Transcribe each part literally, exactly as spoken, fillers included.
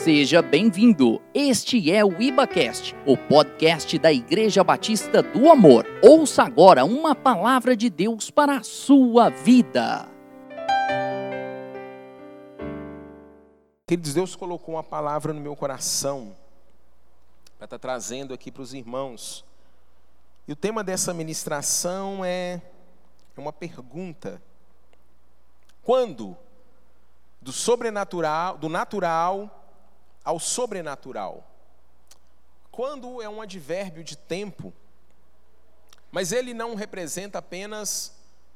Seja bem-vindo. Este é o IbaCast, o podcast da Igreja Batista do Amor. Ouça agora uma palavra de Deus para a sua vida. Queridos, Deus colocou uma palavra no meu coração para estar trazendo aqui para os irmãos. E o tema dessa ministração é uma pergunta. Quando? Do sobrenatural, do natural ao sobrenatural. Quando é um advérbio de tempo, mas ele não representa apenas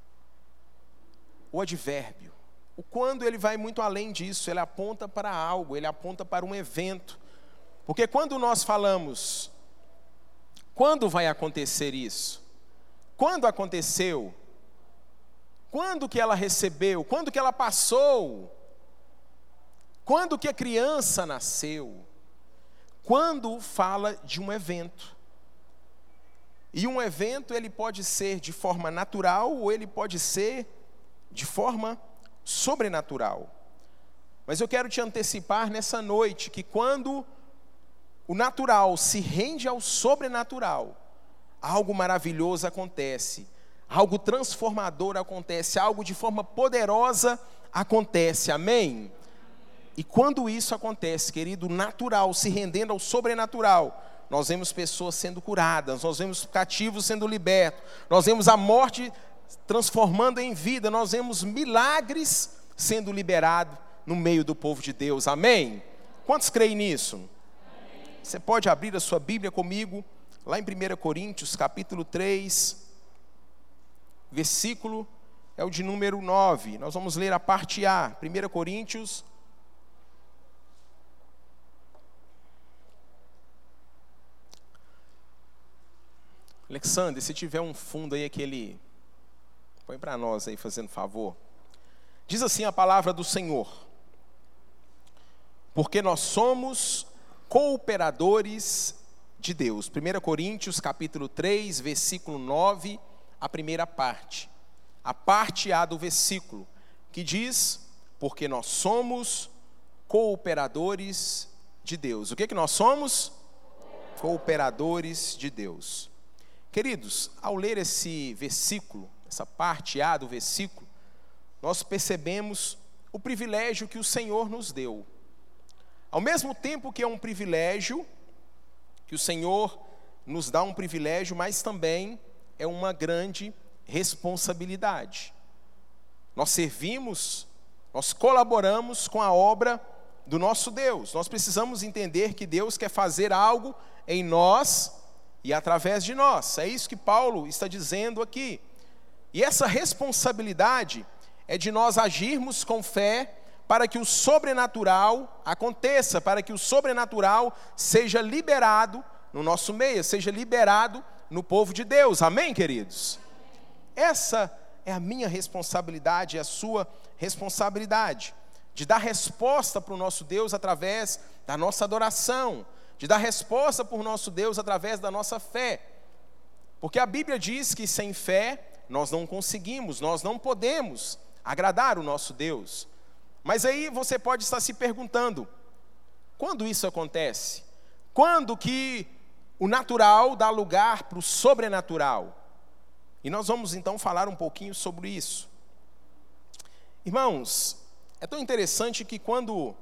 o advérbio. O quando ele vai muito além disso, ele aponta para algo, ele aponta para um evento. Porque quando nós falamos, quando vai acontecer isso? Quando aconteceu? Quando que ela recebeu? Quando que ela passou? Quando que a criança nasceu? Quando fala de um evento. E um evento ele pode ser de forma natural ou ele pode ser de forma sobrenatural. Mas eu quero te antecipar nessa noite que quando o natural se rende ao sobrenatural, algo maravilhoso acontece, algo transformador acontece, algo de forma poderosa acontece, amém? E quando isso acontece, querido, o natural se rendendo ao sobrenatural, nós vemos pessoas sendo curadas, nós vemos cativos sendo libertos, nós vemos a morte transformando em vida, nós vemos milagres sendo liberados no meio do povo de Deus, amém? Quantos creem nisso? Amém. Você pode abrir a sua Bíblia comigo, lá em primeira Coríntios, capítulo três, versículo é o de número nove, nós vamos ler a parte A, primeira Coríntios, Alexandre, se tiver um fundo aí, aquele, põe para nós aí, fazendo favor. Diz assim a palavra do Senhor: porque nós somos cooperadores de Deus. primeira Coríntios, capítulo três, versículo nove, a primeira parte. A parte A do versículo, que diz: porque nós somos cooperadores de Deus. O que que nós somos? Cooperadores de Deus. Queridos, ao ler esse versículo, essa parte A do versículo, nós percebemos o privilégio que o Senhor nos deu. Ao mesmo tempo que é um privilégio, que o Senhor nos dá um privilégio, mas também é uma grande responsabilidade. Nós servimos, nós colaboramos com a obra do nosso Deus. Nós precisamos entender que Deus quer fazer algo em nós e através de nós. É isso que Paulo está dizendo aqui. E essa responsabilidade é de nós agirmos com fé para que o sobrenatural aconteça, para que o sobrenatural seja liberado no nosso meio, seja liberado no povo de Deus. Amém, queridos? Essa é a minha responsabilidade, é a sua responsabilidade, de dar resposta para o nosso Deus através da nossa adoração, de dar resposta por nosso Deus através da nossa fé. Porque a Bíblia diz que sem fé nós não conseguimos, nós não podemos agradar o nosso Deus. Mas aí você pode estar se perguntando, quando isso acontece? Quando que o natural dá lugar para o sobrenatural? E nós vamos então falar um pouquinho sobre isso. Irmãos, é tão interessante que quando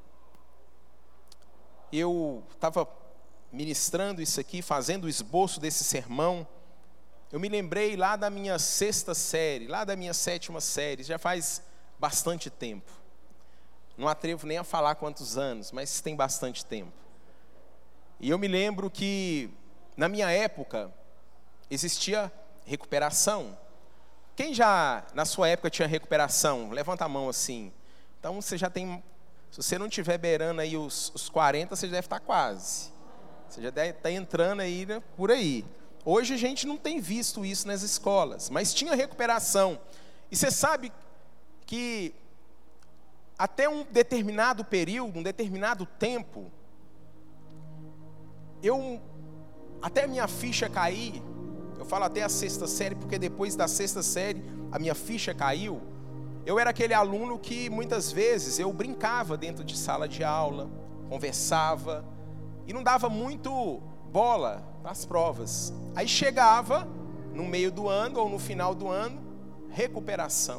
eu estava ministrando isso aqui, fazendo o esboço desse sermão, eu me lembrei lá da minha sexta série, lá da minha sétima série, já faz bastante tempo. Não atrevo nem a falar quantos anos, mas tem bastante tempo. E eu me lembro que, na minha época, existia recuperação. Quem já, na sua época, tinha recuperação? Levanta a mão assim. Então, você já tem... Se você não estiver beirando aí os, os quarenta, você deve estar quase. Você já deve estar entrando aí, né, por aí. Hoje a gente não tem visto isso nas escolas, mas tinha recuperação. E você sabe que até um determinado período, um determinado tempo, eu, até a minha ficha cair, eu falo até a sexta série, porque depois da sexta série a minha ficha caiu. Eu era aquele aluno que muitas vezes eu brincava dentro de sala de aula, conversava e não dava muito bola para as provas. Aí chegava no meio do ano ou no final do ano, recuperação.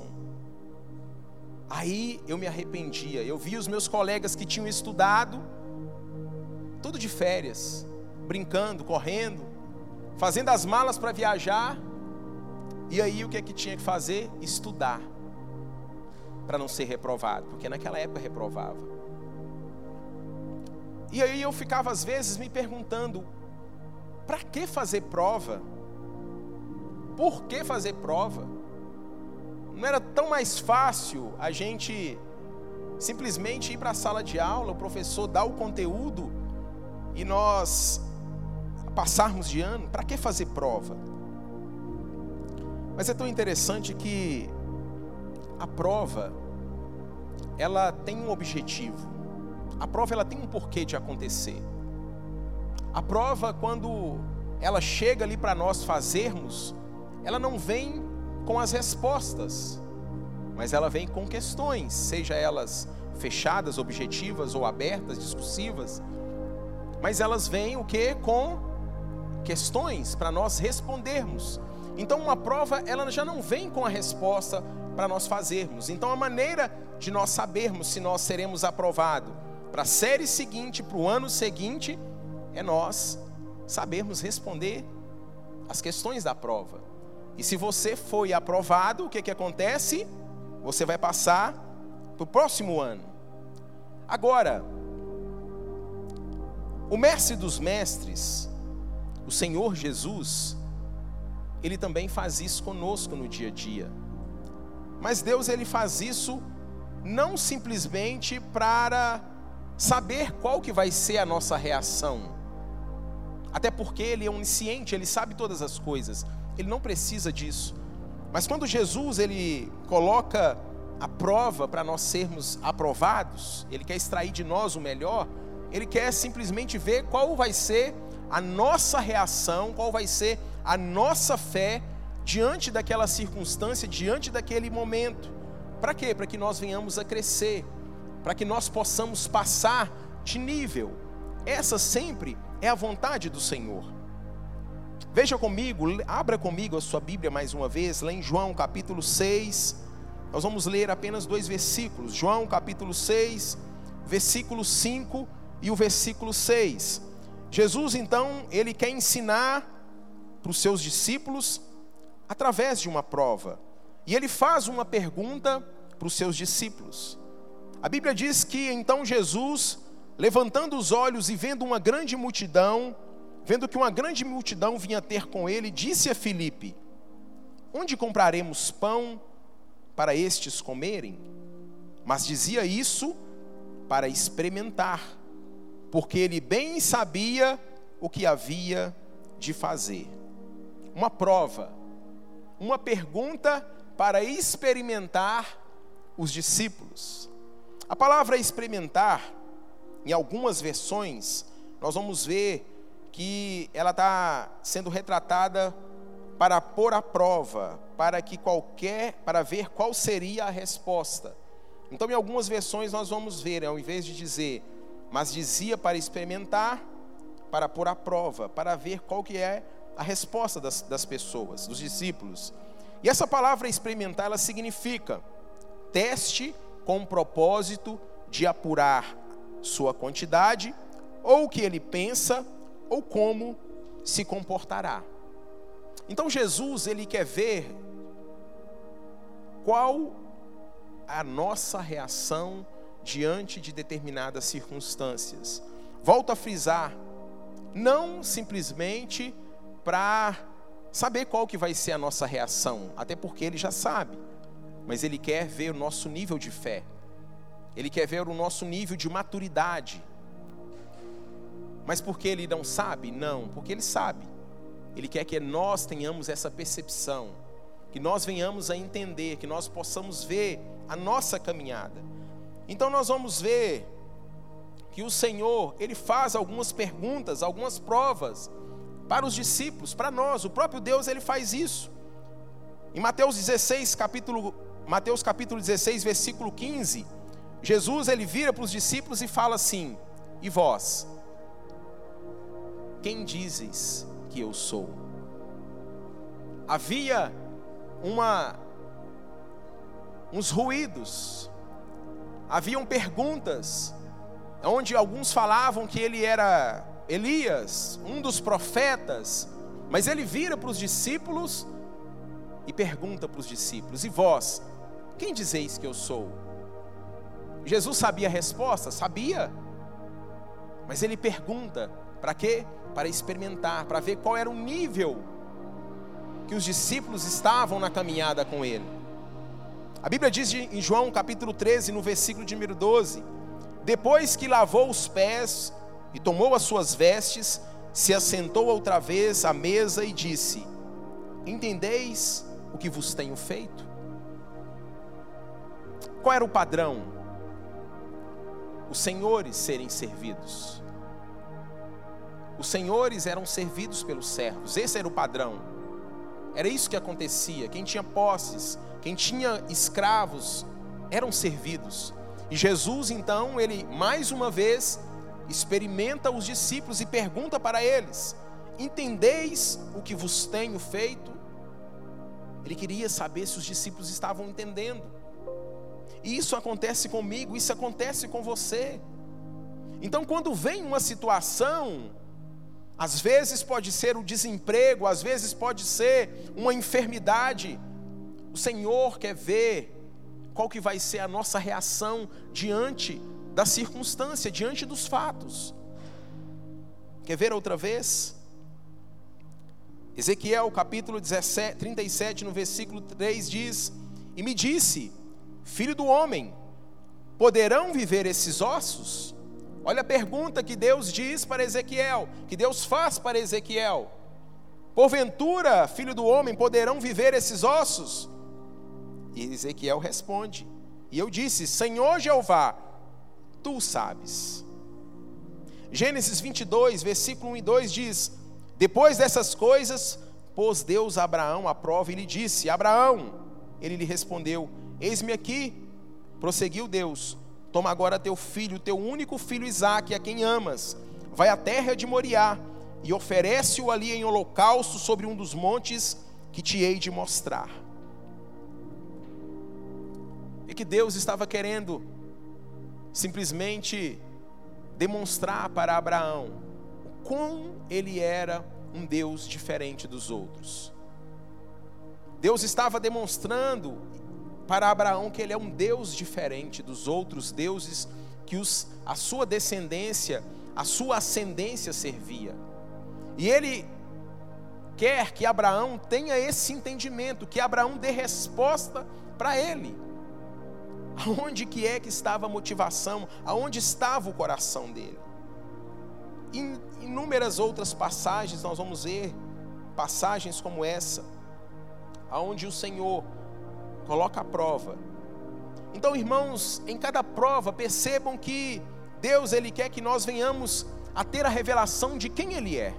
Aí eu me arrependia. Eu via os meus colegas que tinham estudado, tudo de férias, brincando, correndo, fazendo as malas para viajar. E aí o que é que tinha que fazer? Estudar, para não ser reprovado, porque naquela época reprovava. E aí eu ficava às vezes me perguntando, para que fazer prova? Por que fazer prova? Não era tão mais fácil a gente simplesmente ir para a sala de aula, o professor dar o conteúdo e nós passarmos de ano? Para que fazer prova? Mas é tão interessante que a prova, ela tem um objetivo. A prova, ela tem um porquê de acontecer. A prova, quando ela chega ali para nós fazermos, ela não vem com as respostas, mas ela vem com questões, seja elas fechadas, objetivas ou abertas, discursivas. Mas elas vêm o quê? Com questões para nós respondermos. Então uma prova, ela já não vem com a resposta para nós fazermos. Então a maneira de nós sabermos se nós seremos aprovados para a série seguinte, para o ano seguinte, é nós sabermos responder as questões da prova. E se você foi aprovado, o que que acontece? Você vai passar para o próximo ano. Agora, o mestre dos mestres, o Senhor Jesus, Ele também faz isso conosco no dia a dia. Mas Deus, Ele faz isso não simplesmente para saber qual que vai ser a nossa reação. Até porque Ele é onisciente, Ele sabe todas as coisas. Ele não precisa disso. Mas quando Jesus, Ele coloca a prova para nós sermos aprovados, Ele quer extrair de nós o melhor, Ele quer simplesmente ver qual vai ser a nossa reação, qual vai ser a nossa fé diante daquela circunstância, diante daquele momento. Para quê? Para que nós venhamos a crescer, para que nós possamos passar de nível. Essa sempre é a vontade do Senhor. Veja comigo, abra comigo a sua Bíblia mais uma vez, lá em João capítulo seis, nós vamos ler apenas dois versículos, João capítulo seis, versículo cinco e o versículo seis. Jesus então, Ele quer ensinar para os seus discípulos através de uma prova, e Ele faz uma pergunta para os seus discípulos. A Bíblia diz que então Jesus, levantando os olhos e vendo uma grande multidão, vendo que uma grande multidão vinha ter com ele, disse a Filipe: onde compraremos pão para estes comerem? Mas dizia isso para experimentar, porque ele bem sabia o que havia de fazer. Uma prova, uma pergunta para experimentar os discípulos. A palavra experimentar, em algumas versões, nós vamos ver que ela está sendo retratada para pôr à prova, para que qualquer, para ver qual seria a resposta. Então, em algumas versões nós vamos ver, ao invés de dizer, mas dizia para experimentar, para pôr à prova, para ver qual que é a resposta das, das pessoas, dos discípulos. E essa palavra experimentar, ela significa teste com o propósito de apurar sua quantidade, ou o que ele pensa, ou como se comportará. Então Jesus, ele quer ver qual a nossa reação diante de determinadas circunstâncias. Volto a frisar, não simplesmente para saber qual que vai ser a nossa reação, até porque ele já sabe, mas ele quer ver o nosso nível de fé, ele quer ver o nosso nível de maturidade. Mas porque ele não sabe? Não, porque ele sabe. Ele quer que nós tenhamos essa percepção, que nós venhamos a entender, que nós possamos ver a nossa caminhada. Então nós vamos ver que o Senhor, Ele faz algumas perguntas, algumas provas para os discípulos, para nós. O próprio Deus, Ele faz isso. Em Mateus dezesseis, capítulo, Mateus capítulo dezesseis, versículo quinze, Jesus, Ele vira para os discípulos e fala assim: E vós, quem dizes que eu sou? Havia uma, uns ruídos, haviam perguntas, onde alguns falavam que ele era Elias, um dos profetas, mas ele vira para os discípulos e pergunta para os discípulos: e vós, quem dizeis que eu sou? Jesus sabia a resposta? Sabia. Mas ele pergunta, para quê? Para experimentar, para ver qual era o nível que os discípulos estavam na caminhada com ele. A Bíblia diz em João capítulo treze, no versículo de número doze: depois que lavou os pés e tomou as suas vestes, se assentou outra vez à mesa e disse: entendeis o que vos tenho feito? Qual era o padrão? Os senhores serem servidos. Os senhores eram servidos pelos servos. Esse era o padrão. Era isso que acontecia. Quem tinha posses, quem tinha escravos, eram servidos. E Jesus, então, ele mais uma vez experimenta os discípulos e pergunta para eles: entendeis o que vos tenho feito? Ele queria saber se os discípulos estavam entendendo. E isso acontece comigo, isso acontece com você. Então, quando vem uma situação, às vezes pode ser o desemprego, às vezes pode ser uma enfermidade, o Senhor quer ver qual que vai ser a nossa reação diante da circunstância, diante dos fatos. Quer ver outra vez? Ezequiel capítulo dezessete, trinta e sete, no versículo três diz: e me disse, filho do homem, poderão viver esses ossos? Olha a pergunta que Deus diz para Ezequiel, que Deus faz para Ezequiel: porventura, filho do homem, poderão viver esses ossos? E Ezequiel responde, e eu disse: Senhor Jeová, tu sabes. Gênesis vinte e dois, versículo um e dois diz: depois dessas coisas, pôs Deus a Abraão à prova e lhe disse: Abraão. Ele lhe respondeu: eis-me aqui. Prosseguiu Deus: toma agora teu filho, teu único filho Isaque, a quem amas, vai à terra de Moriá e oferece-o ali em holocausto sobre um dos montes que te hei de mostrar. E que Deus estava querendo simplesmente demonstrar para Abraão o quão ele era um Deus diferente dos outros. Deus estava demonstrando para Abraão que ele é um Deus diferente dos outros deuses que os, a sua descendência, a sua ascendência servia. E ele quer que Abraão tenha esse entendimento, que Abraão dê resposta para ele. Aonde que é que estava a motivação? Aonde estava o coração dele? Em inúmeras outras passagens nós vamos ver passagens como essa, aonde o Senhor coloca a prova. Então, irmãos, em cada prova percebam que Deus, ele quer que nós venhamos a ter a revelação de quem ele é,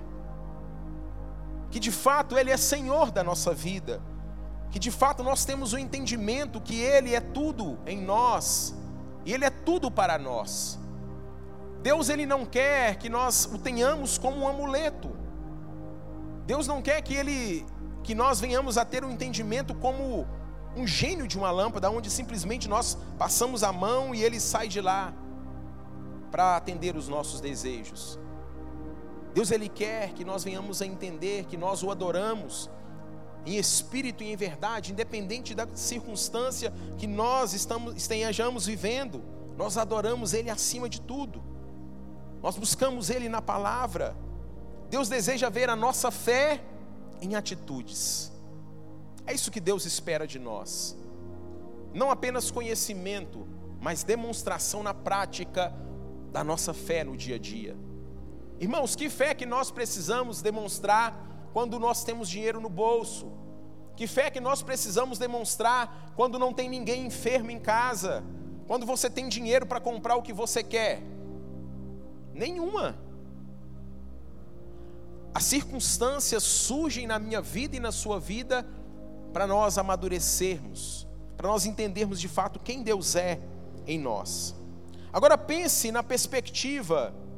que de fato ele é Senhor da nossa vida, que de fato nós temos o entendimento que ele é tudo em nós e ele é tudo para nós. Deus, ele não quer que nós o tenhamos como um amuleto. Deus não quer que ele que nós venhamos a ter um entendimento como um gênio de uma lâmpada, onde simplesmente nós passamos a mão e ele sai de lá para atender os nossos desejos. Deus, ele quer que nós venhamos a entender que nós o adoramos em espírito e em verdade, independente da circunstância que nós estamos, estejamos vivendo. Nós adoramos ele acima de tudo. Nós buscamos ele na palavra. Deus deseja ver a nossa fé em atitudes. É isso que Deus espera de nós. Não apenas conhecimento, mas demonstração na prática da nossa fé no dia a dia. Irmãos, que fé que nós precisamos demonstrar quando nós temos dinheiro no bolso? Que fé que nós precisamos demonstrar quando não tem ninguém enfermo em casa? Quando você tem dinheiro para comprar o que você quer? Nenhuma. As circunstâncias surgem na minha vida e na sua vida para nós amadurecermos, para nós entendermos de fato quem Deus é em nós. Agora pense na perspectiva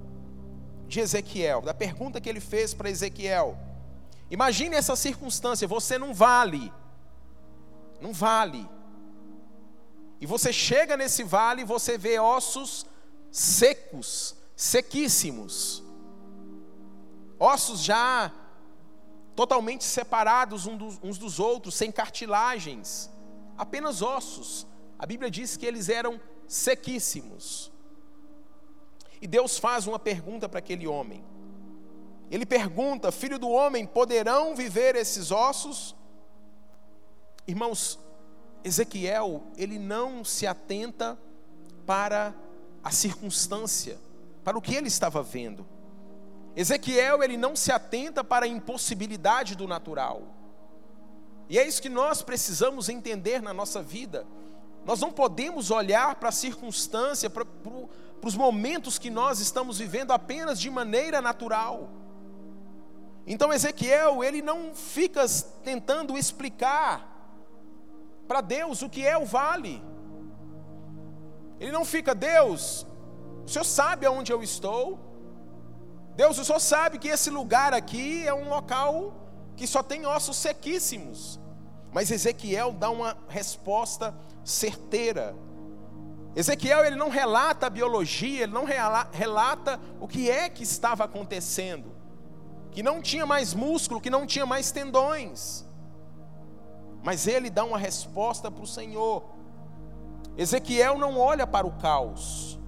de Ezequiel, da pergunta que ele fez para Ezequiel. Imagine essa circunstância, você não vale, não vale. E você chega nesse vale e você vê ossos secos, sequíssimos. Ossos já totalmente separados uns dos outros, sem cartilagens. Apenas ossos. A Bíblia diz que eles eram sequíssimos. E Deus faz uma pergunta para aquele homem. Ele pergunta: filho do homem, poderão viver esses ossos? Irmãos, Ezequiel, ele não se atenta para a circunstância, para o que ele estava vendo. Ezequiel, ele não se atenta para a impossibilidade do natural. E é isso que nós precisamos entender na nossa vida. Nós não podemos olhar para a circunstância, para, para, para os momentos que nós estamos vivendo apenas de maneira natural. Então Ezequiel, ele não fica tentando explicar para Deus o que é o vale. Ele não fica: Deus, o Senhor sabe aonde eu estou. Deus, o Senhor sabe que esse lugar aqui é um local que só tem ossos sequíssimos. Mas Ezequiel dá uma resposta certeira. Ezequiel, ele não relata a biologia, ele não relata o que é que estava acontecendo. Que não tinha mais músculo, que não tinha mais tendões. Mas ele dá uma resposta para o Senhor. Ezequiel não olha para o caos.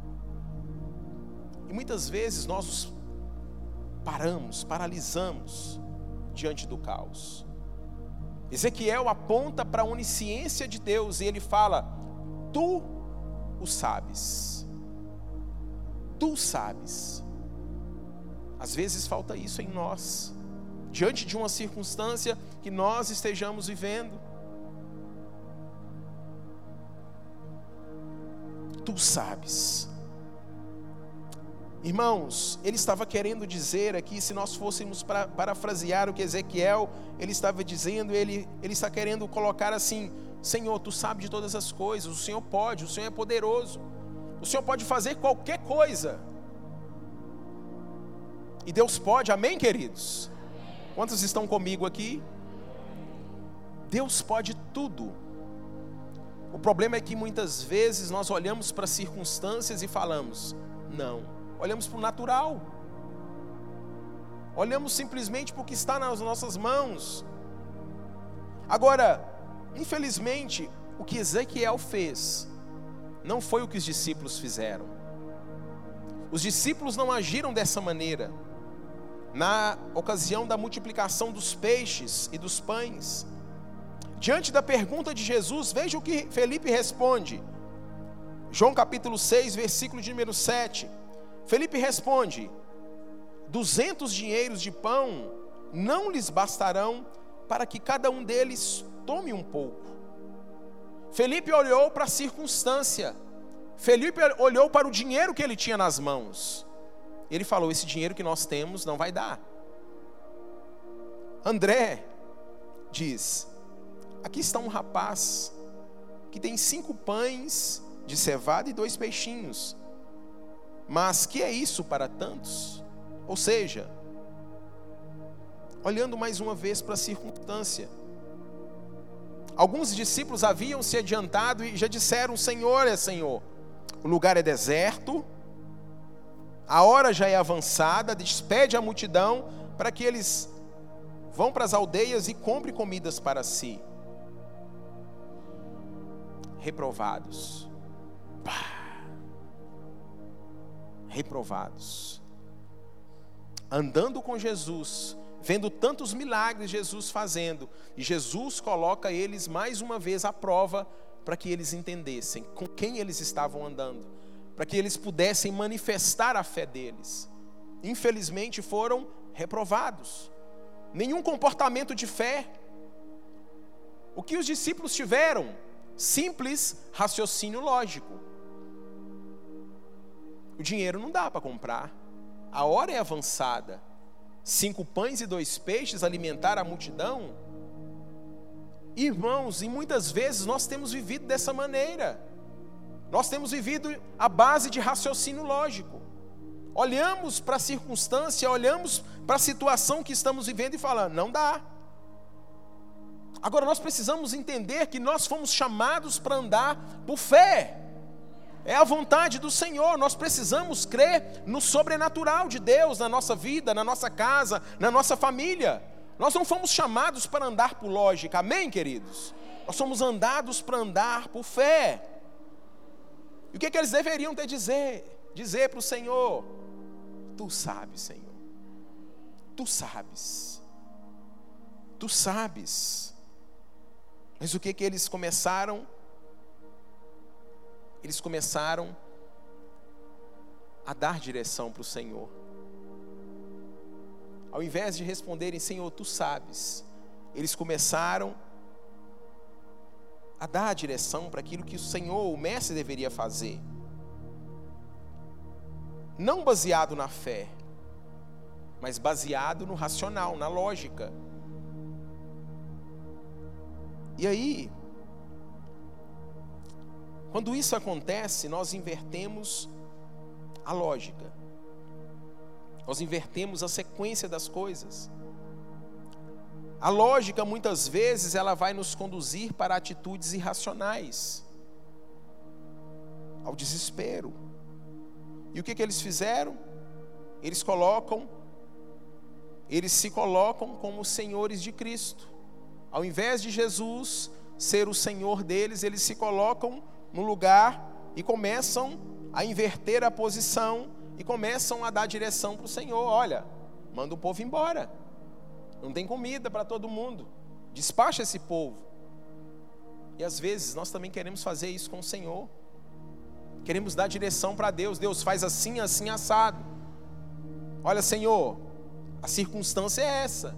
E muitas vezes nós paramos, paralisamos diante do caos. Ezequiel aponta para a onisciência de Deus e ele fala: tu o sabes. Tu sabes. Às vezes falta isso em nós, diante de uma circunstância que nós estejamos vivendo. Tu sabes. Irmãos, ele estava querendo dizer aqui, se nós fôssemos para, parafrasear o que Ezequiel, ele estava dizendo, ele, ele está querendo colocar assim: Senhor, tu sabes de todas as coisas, o Senhor pode, o Senhor é poderoso, o Senhor pode fazer qualquer coisa. E Deus pode, amém, queridos? Quantos estão comigo aqui? Deus pode tudo. O problema é que muitas vezes nós olhamos para as circunstâncias e falamos: não. Olhamos para o natural. Olhamos simplesmente para o que está nas nossas mãos. Agora, infelizmente, o que Ezequiel fez não foi o que os discípulos fizeram. Os discípulos não agiram dessa maneira. Na ocasião da multiplicação dos peixes e dos pães, diante da pergunta de Jesus, veja o que Felipe responde. João capítulo seis, versículo de número sete. Felipe responde: duzentos dinheiros de pão não lhes bastarão para que cada um deles tome um pouco. Felipe olhou para a circunstância. Felipe olhou para o dinheiro que ele tinha nas mãos. Ele falou: esse dinheiro que nós temos não vai dar. André diz: aqui está um rapaz que tem cinco pães de cevada e dois peixinhos. Mas que é isso para tantos? Ou seja, olhando mais uma vez para a circunstância, alguns discípulos haviam se adiantado e já disseram: Senhor, é Senhor, o lugar é deserto, a hora já é avançada, despede a multidão para que eles vão para as aldeias e comprem comidas para si. Reprovados. Pá. Reprovados. Andando com Jesus, vendo tantos milagres Jesus fazendo, e Jesus coloca eles mais uma vez à prova para que eles entendessem com quem eles estavam andando, para que eles pudessem manifestar a fé deles. Infelizmente foram reprovados. Nenhum comportamento de fé. O que os discípulos tiveram? Simples raciocínio lógico. O dinheiro não dá para comprar, a hora é avançada. Cinco pães e dois peixes alimentar a multidão. Irmãos, e muitas vezes nós temos vivido dessa maneira. Nós temos vivido à base de raciocínio lógico. olhamos para a circunstância, olhamos para a situação que estamos vivendo e falamos, não dá. Agora nós precisamos entender que nós fomos chamados para andar por fé. É a vontade do Senhor, nós precisamos crer no sobrenatural de Deus na nossa vida, na nossa casa, na nossa família. Nós não fomos chamados para andar por lógica, amém, queridos? Nós somos andados para andar por fé. E o que, que eles deveriam ter dizer? Dizer para o Senhor, tu sabes, Senhor, tu sabes, tu sabes. Mas o que, que eles começaram? Eles começaram a dar direção para o Senhor. Ao invés de responderem, Senhor, tu sabes, eles começaram a dar a direção para aquilo que o Senhor, o mestre, deveria fazer. Não baseado na fé, mas baseado no racional, na lógica. E aí, quando isso acontece, nós invertemos a lógica. Nós invertemos a sequência das coisas. A lógica, muitas vezes, ela vai nos conduzir para atitudes irracionais, ao desespero. E o que, que eles fizeram? Eles colocam, eles se colocam como senhores de Cristo. Ao invés de Jesus ser o Senhor deles, eles se colocam no lugar e começam a inverter a posição e começam a dar direção para o Senhor. Olha, manda o povo embora. Não tem comida para todo mundo. Despacha esse povo. E às vezes nós também queremos fazer isso com o Senhor. Queremos dar direção para Deus. Deus faz assim, assim, assado. Olha, Senhor, a circunstância é essa.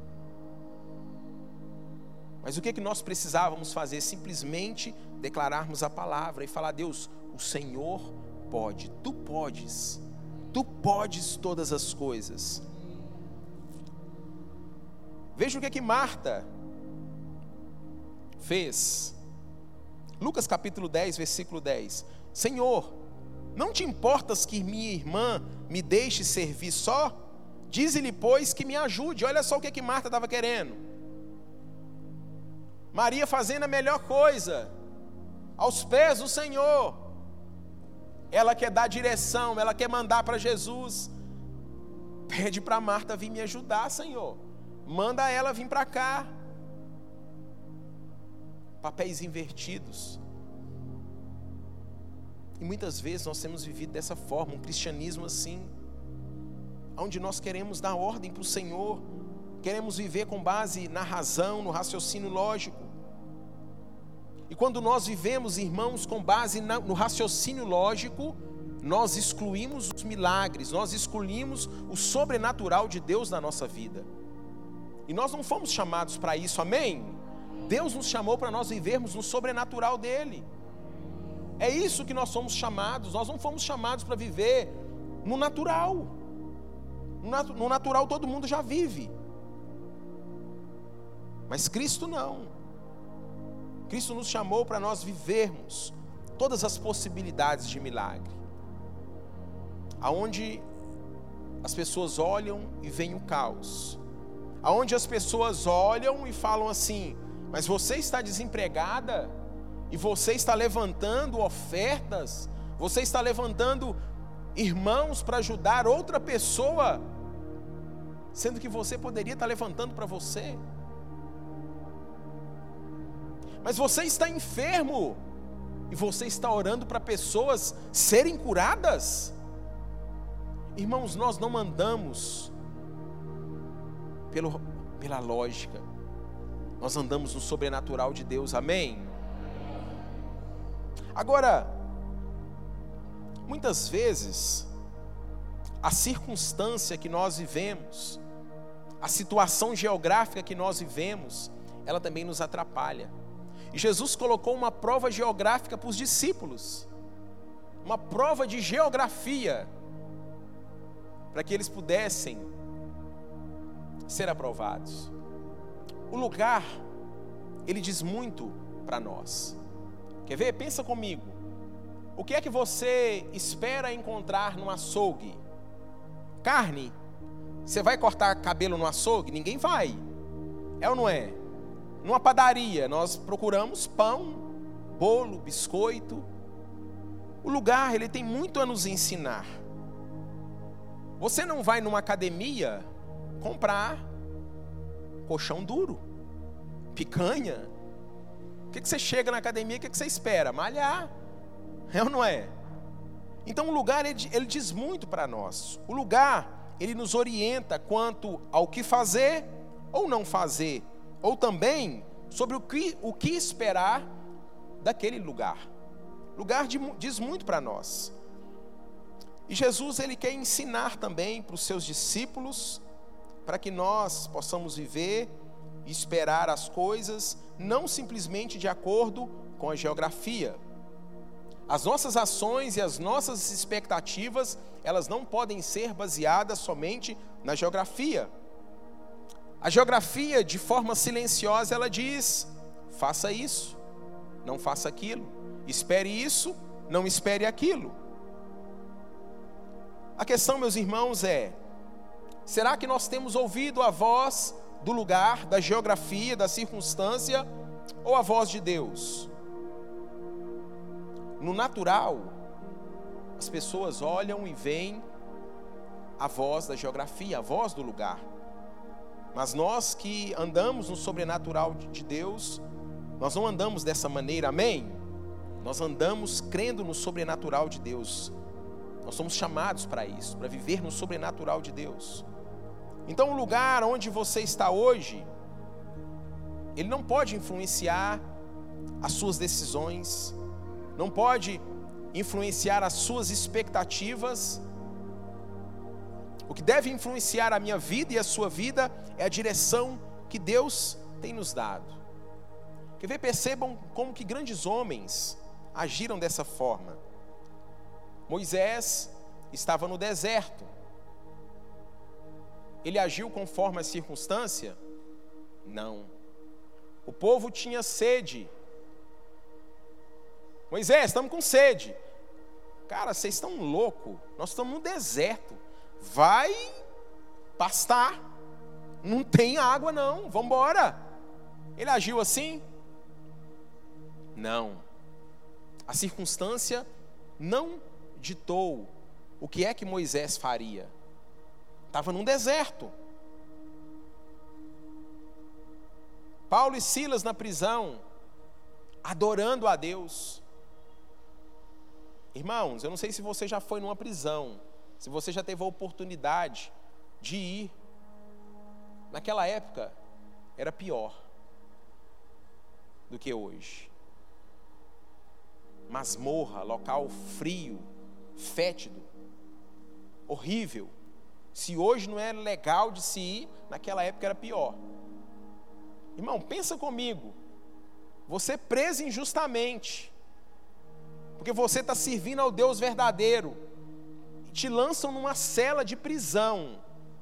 Mas o que, que nós precisávamos fazer? Simplesmente declararmos a palavra e falar, Deus, o Senhor pode, Tu podes, Tu podes todas as coisas. Veja o que, que Marta fez. Lucas capítulo dez, versículo dez. Senhor, não te importas que minha irmã me deixe servir só? Dize-lhe, pois, que me ajude. Olha só o que, que Marta estava querendo. Maria fazendo a melhor coisa, aos pés do Senhor. Ela quer dar direção, ela quer mandar para Jesus. Pede para Marta vir me ajudar, Senhor. Manda ela vir para cá. Papéis invertidos. E muitas vezes nós temos vivido dessa forma, um cristianismo assim, onde nós queremos dar ordem para o Senhor, queremos viver com base na razão, no raciocínio lógico. E quando nós vivemos, irmãos, com base na, no raciocínio lógico, nós excluímos os milagres, nós excluímos o sobrenatural de Deus na nossa vida. E nós não fomos chamados para isso, amém? Deus nos chamou para nós vivermos no sobrenatural dEle. É isso que nós somos chamados. Nós não fomos chamados para viver no natural. No natural todo mundo já vive. Mas Cristo não. Cristo nos chamou para nós vivermos todas as possibilidades de milagre. Aonde as pessoas olham e veem o caos. Aonde as pessoas olham e falam assim, mas você está desempregada? E você está levantando ofertas, você está levantando irmãos para ajudar outra pessoa, sendo que você poderia estar levantando para você. Mas você está enfermo, e você está orando para pessoas serem curadas. Irmãos, nós não andamos pelo, pela lógica, nós andamos no sobrenatural de Deus, amém? Agora, muitas vezes, a circunstância que nós vivemos, a situação geográfica que nós vivemos, ela também nos atrapalha. E Jesus colocou uma prova geográfica para os discípulos, uma prova de geografia, para que eles pudessem ser aprovados. O lugar, ele diz muito para nós. Quer ver? Pensa comigo. O que é que você espera encontrar num açougue? carne? Você vai cortar cabelo no açougue? Ninguém vai. É ou não é? Numa padaria, nós procuramos pão, bolo, biscoito. O lugar, ele tem muito a nos ensinar. Você não vai numa academia comprar colchão duro, picanha. O que, que você chega na academia, o que, que você espera? Malhar. É ou não é? Então o lugar, ele, ele diz muito para nós. O lugar, ele nos orienta quanto ao que fazer ou não fazer. Ou também sobre o que, o que esperar daquele lugar. O lugar de, diz muito para nós. E Jesus, ele quer ensinar também para os seus discípulos, para que nós possamos viver e esperar as coisas, não simplesmente de acordo com a geografia. As nossas ações e as nossas expectativas, elas não podem ser baseadas somente na geografia. A geografia, de forma silenciosa, ela diz: faça isso, não faça aquilo, espere isso, não espere aquilo. A questão, meus irmãos, é: será que nós temos ouvido a voz do lugar, da geografia, da circunstância, ou a voz de Deus? No natural, as pessoas olham e veem a voz da geografia, a voz do lugar. Mas nós que andamos no sobrenatural de Deus, nós não andamos dessa maneira, amém? Nós andamos crendo no sobrenatural de Deus. Nós somos chamados para isso, para viver no sobrenatural de Deus. Então o lugar onde você está hoje, ele não pode influenciar as suas decisões, não pode influenciar as suas expectativas. O que deve influenciar a minha vida e a sua vida é a direção que Deus tem nos dado. Quer ver, percebam como que grandes homens agiram dessa forma. Moisés estava no deserto. Ele agiu conforme a circunstância? Não. O povo tinha sede. Moisés, estamos com sede. Cara, vocês estão loucos. Nós estamos no deserto. Vai pastar. Não tem água não. Vamos embora. Ele agiu assim? Não. A circunstância não ditou o que é que Moisés faria. Estava num deserto. Paulo e Silas na prisão, adorando a Deus. Irmãos, eu não sei se você já foi numa prisão, se você já teve a oportunidade de ir. Naquela época, era pior do que hoje. Masmorra, local frio, fétido, horrível. Se hoje não é legal de se ir, naquela época era pior. Irmão, pensa comigo. Você preso injustamente, porque você está servindo ao Deus verdadeiro, e te lançam numa cela de prisão.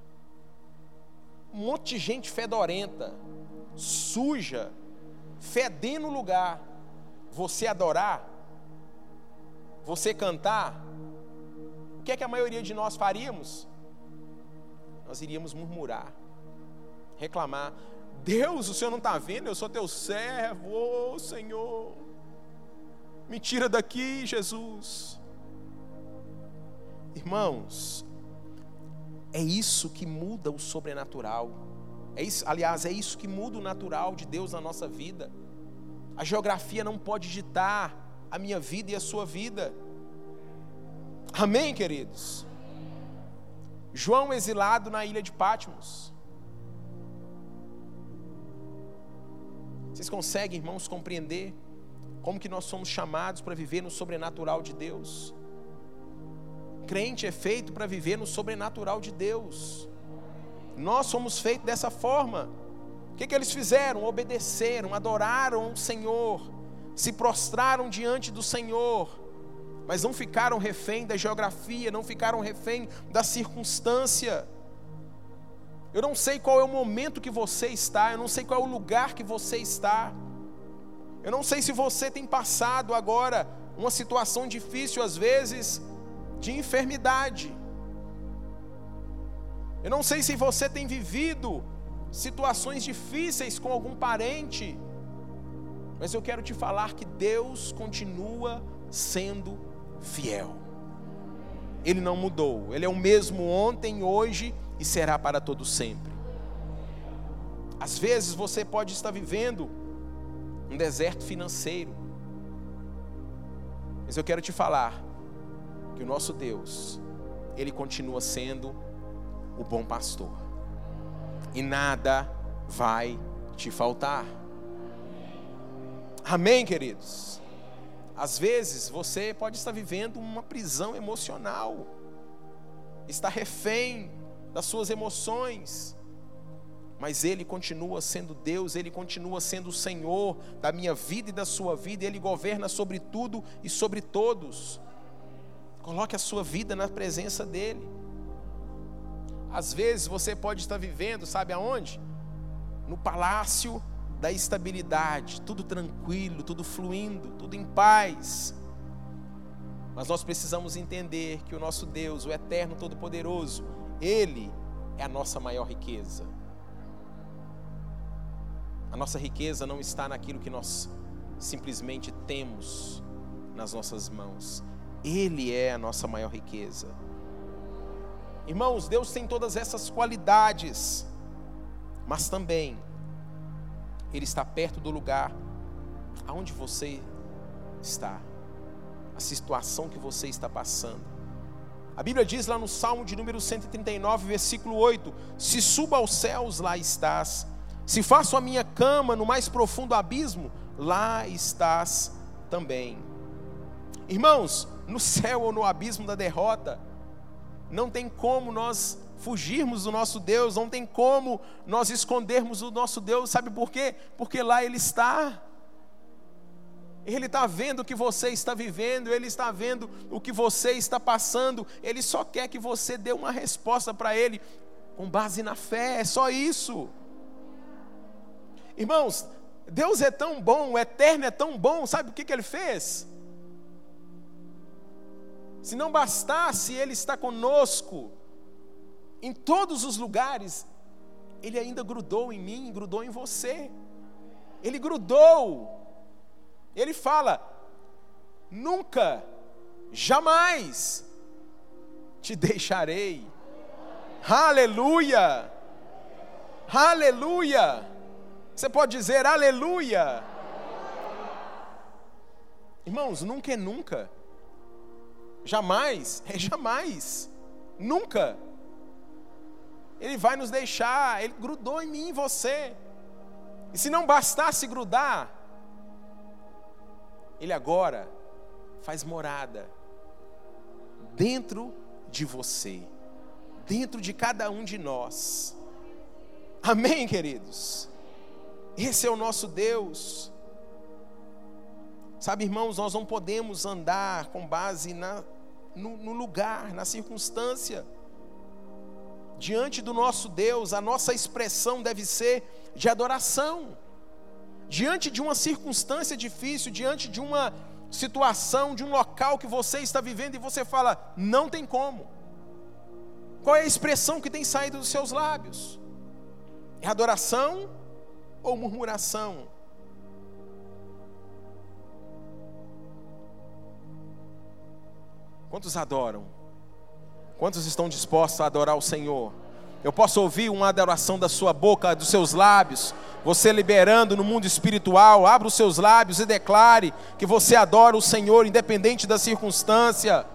Um monte de gente fedorenta, suja, fedendo o lugar. Você adorar, você cantar, o que é que a maioria de nós faríamos? Nós iríamos murmurar, reclamar. Deus, o Senhor não está vendo? Eu sou teu servo, oh Senhor, me tira daqui, Jesus. Irmãos, é isso que muda o sobrenatural. É isso, aliás, é isso que muda o natural de Deus na nossa vida. A geografia não pode ditar a minha vida e a sua vida. Amém, queridos? João exilado na ilha de Patmos. Vocês conseguem, irmãos, compreender como que nós somos chamados para viver no sobrenatural de Deus? Crente é feito para viver no sobrenatural de Deus. Nós somos feitos dessa forma. O que que eles fizeram? Obedeceram, adoraram o Senhor, se prostraram diante do Senhor, mas não ficaram refém da geografia, não ficaram refém da circunstância. Eu não sei qual é o momento que você está, eu não sei qual é o lugar que você está. Eu não sei se você tem passado agora uma situação difícil, às vezes, de enfermidade. Eu não sei se você tem vivido situações difíceis com algum parente, mas eu quero te falar que Deus continua sendo fiel. Ele não mudou, Ele é o mesmo ontem, hoje e será para todo sempre. Às vezes você pode estar vivendo um deserto financeiro, mas eu quero te falar que o nosso Deus, Ele continua sendo o bom pastor, e nada vai te faltar. Amém, queridos? Às vezes você pode estar vivendo uma prisão emocional, está refém das suas emoções, mas Ele continua sendo Deus, Ele continua sendo o Senhor da minha vida e da sua vida, Ele governa sobre tudo e sobre todos. Coloque a sua vida na presença dEle. Às vezes você pode estar vivendo, sabe aonde? No palácio da estabilidade, tudo tranquilo, tudo fluindo, tudo em paz. Mas nós precisamos entender que o nosso Deus, o Eterno Todo-Poderoso, Ele é a nossa maior riqueza. A nossa riqueza não está naquilo que nós simplesmente temos nas nossas mãos. Ele é a nossa maior riqueza. Irmãos, Deus tem todas essas qualidades, mas também Ele está perto do lugar aonde você está, a situação que você está passando. A Bíblia diz lá no Salmo de número cento e trinta e nove, versículo oito: se subo aos céus, lá estás. Se faço a minha cama no mais profundo abismo, lá estás também. Irmãos, no céu ou no abismo da derrota, não tem como nós fugirmos do nosso Deus, não tem como nós escondermos o nosso Deus. Sabe por quê? Porque lá Ele está. Ele está vendo o que você está vivendo, Ele está vendo o que você está passando. Ele só quer que você dê uma resposta para Ele com base na fé, é só isso. Irmãos, Deus é tão bom, o Eterno é tão bom, sabe o que, que Ele fez? Se não bastasse Ele estar conosco em todos os lugares, Ele ainda grudou em mim, grudou em você. Ele grudou. Ele fala: nunca, jamais te deixarei. Aleluia! Aleluia! Você pode dizer aleluia? Irmãos, nunca é nunca. Jamais, é jamais, nunca. Ele vai nos deixar, Ele grudou em mim e em você. E se não bastasse grudar, Ele agora faz morada dentro de você, dentro de cada um de nós. Amém, queridos? Esse é o nosso Deus. Sabe, irmãos, nós não podemos andar com base na No, no lugar, na circunstância. Diante do nosso Deus, a nossa expressão deve ser de adoração. Diante de uma circunstância difícil, diante de uma situação, de um local que você está vivendo e você fala, não tem como. Qual é a expressão que tem saído dos seus lábios? É adoração ou murmuração? Quantos adoram? Quantos estão dispostos a adorar o Senhor? Eu posso ouvir uma adoração da sua boca, dos seus lábios, você liberando no mundo espiritual. Abra os seus lábios e declare que você adora o Senhor, independente da circunstância.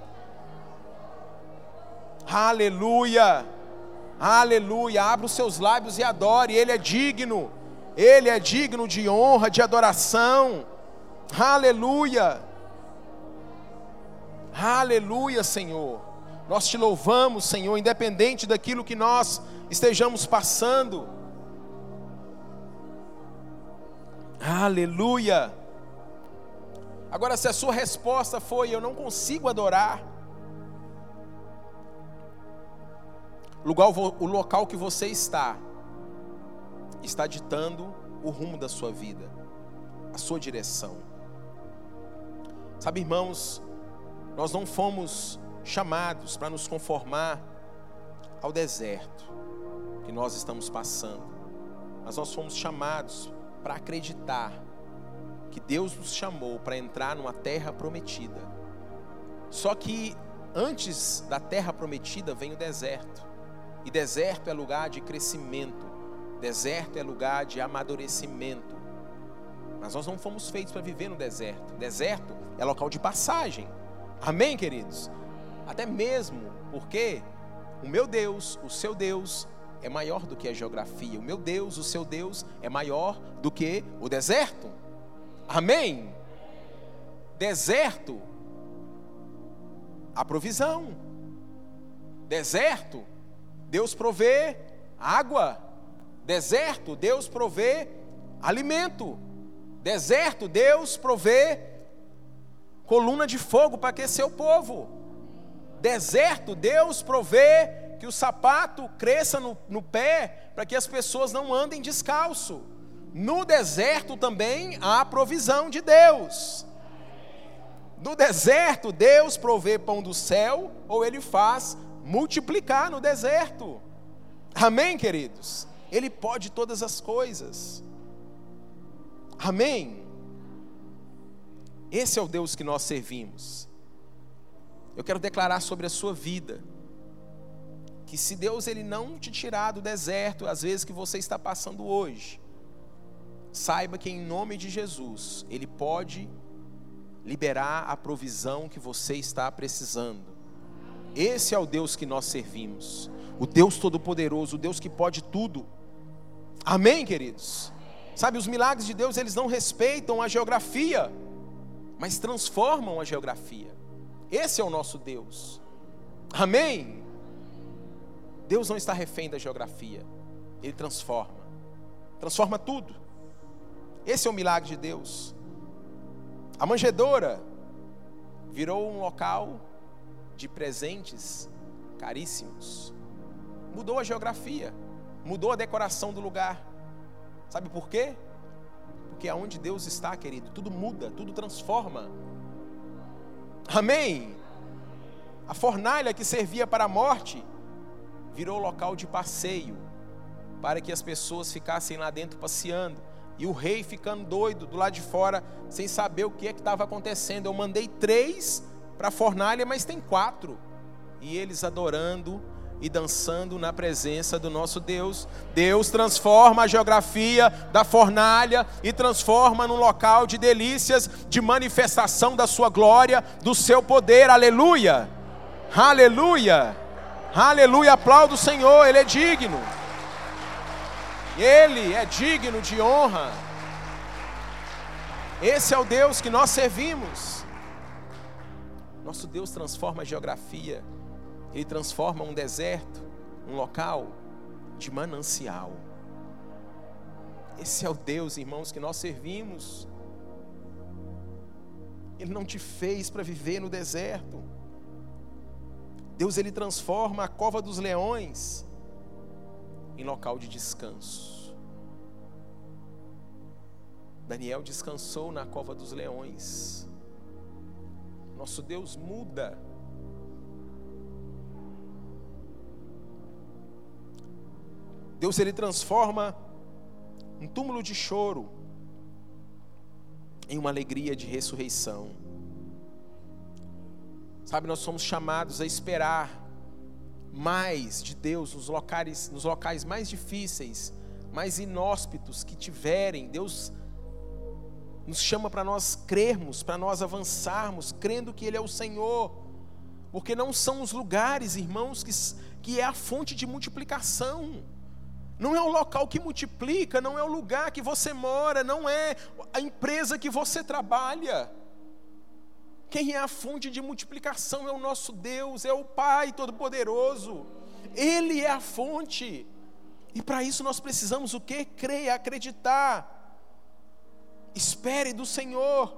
Aleluia, aleluia. Abra os seus lábios e adore, Ele é digno, Ele é digno de honra, de adoração. Aleluia. Aleluia, Senhor. Nós te louvamos, Senhor, independente daquilo que nós estejamos passando. Aleluia. Agora, se a sua resposta foi, eu não consigo adorar, o local que você está, está ditando o rumo da sua vida, a sua direção. Sabe, irmãos, nós não fomos chamados para nos conformar ao deserto que nós estamos passando, mas nós fomos chamados para acreditar que Deus nos chamou para entrar numa terra prometida. Só que antes da terra prometida vem o deserto. E deserto é lugar de crescimento. Deserto é lugar de amadurecimento. Mas nós não fomos feitos para viver no deserto. Deserto é local de passagem. Amém, queridos? Até mesmo porque o meu Deus, o seu Deus, é maior do que a geografia. O meu Deus, o seu Deus, é maior do que o deserto. Amém? Deserto, a provisão. Deserto, Deus provê água. Deserto, Deus provê alimento. Deserto, Deus provê coluna de fogo para aquecer o povo. Deserto, Deus provê que o sapato cresça no, no pé para que as pessoas não andem descalço. No deserto também há provisão de Deus. No deserto, Deus provê pão do céu, ou Ele faz multiplicar no deserto. Amém, queridos? Ele pode todas as coisas. Amém? Esse é o Deus que nós servimos. Eu quero declarar sobre a sua vida, que se Deus ele não te tirar do deserto, às vezes que você está passando hoje, saiba que em nome de Jesus, Ele pode liberar a provisão que você está precisando. Esse é o Deus que nós servimos, o Deus Todo-Poderoso, o Deus que pode tudo. Amém, queridos? Sabe, os milagres de Deus, eles não respeitam a geografia, mas transformam a geografia. Esse é o nosso Deus. Amém? Deus não está refém da geografia, Ele transforma, transforma tudo. Esse é o milagre de Deus. A manjedoura virou um local de presentes caríssimos. Mudou a geografia, mudou a decoração do lugar. Sabe por quê? Porque aonde Deus está, querido, tudo muda, tudo transforma. Amém? A fornalha que servia para a morte virou local de passeio, para que as pessoas ficassem lá dentro passeando. E o rei ficando doido do lado de fora, sem saber o que é que estava acontecendo. Eu mandei três para a fornalha, mas tem quatro. E eles adorando e dançando na presença do nosso Deus. Deus transforma a geografia da fornalha e transforma num local de delícias, de manifestação da sua glória, do seu poder. Aleluia! Aleluia! Aleluia! Aplauda o Senhor, Ele é digno. Ele é digno de honra. Esse é o Deus que nós servimos. Nosso Deus transforma a geografia. Ele transforma um deserto, um local de manancial. Esse é o Deus, irmãos, que nós servimos. Ele não te fez para viver no deserto. Deus, Ele transforma a cova dos leões em local de descanso. Daniel descansou na cova dos leões. Nosso Deus muda. Deus, Ele transforma um túmulo de choro em uma alegria de ressurreição. Sabe, nós somos chamados a esperar mais de Deus nos locais, nos locais mais difíceis, mais inóspitos que tiverem. Deus nos chama para nós crermos, para nós avançarmos, crendo que Ele é o Senhor, porque não são os lugares, irmãos, que, que é a fonte de multiplicação. Não é o local que multiplica, não é o lugar que você mora, não é a empresa que você trabalha. Quem é a fonte de multiplicação é o nosso Deus, é o Pai Todo-Poderoso. Ele é a fonte. E para isso nós precisamos o quê? Crer, acreditar. Espere do Senhor.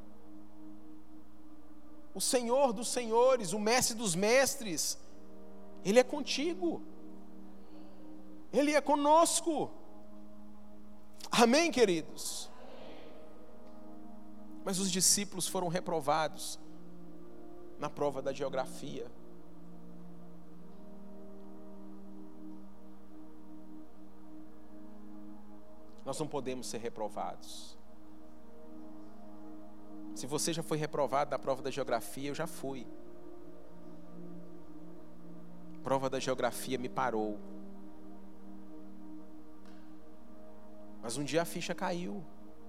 O Senhor dos senhores, o Mestre dos mestres, Ele é contigo. Ele é conosco. Amém, queridos? Mas os discípulos foram reprovados na prova da geografia. nós não podemos ser reprovados. Se você já foi reprovado na prova da geografia, eu já fui. A prova da geografia me parou. Mas um dia a ficha caiu.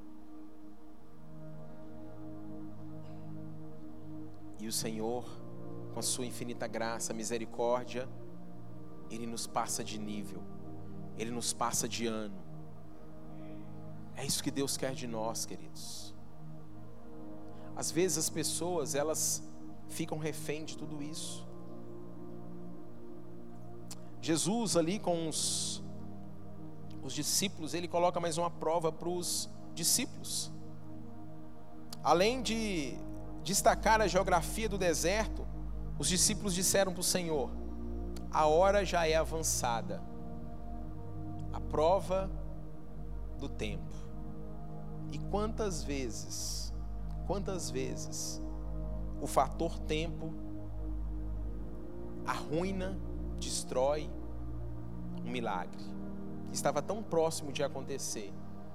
E o Senhor, com a sua infinita graça, misericórdia, Ele nos passa de nível. Ele nos passa de ano. É isso que Deus quer de nós, queridos. Às vezes as pessoas, elas ficam refém de tudo isso. Jesus ali com os, os discípulos, Ele coloca mais uma prova para os discípulos. Além de destacar a geografia do deserto, os discípulos disseram para o Senhor: a hora já é avançada, a prova do tempo. E quantas vezes, quantas vezes o fator tempo arruína, destrói um milagre que estava tão próximo de acontecer.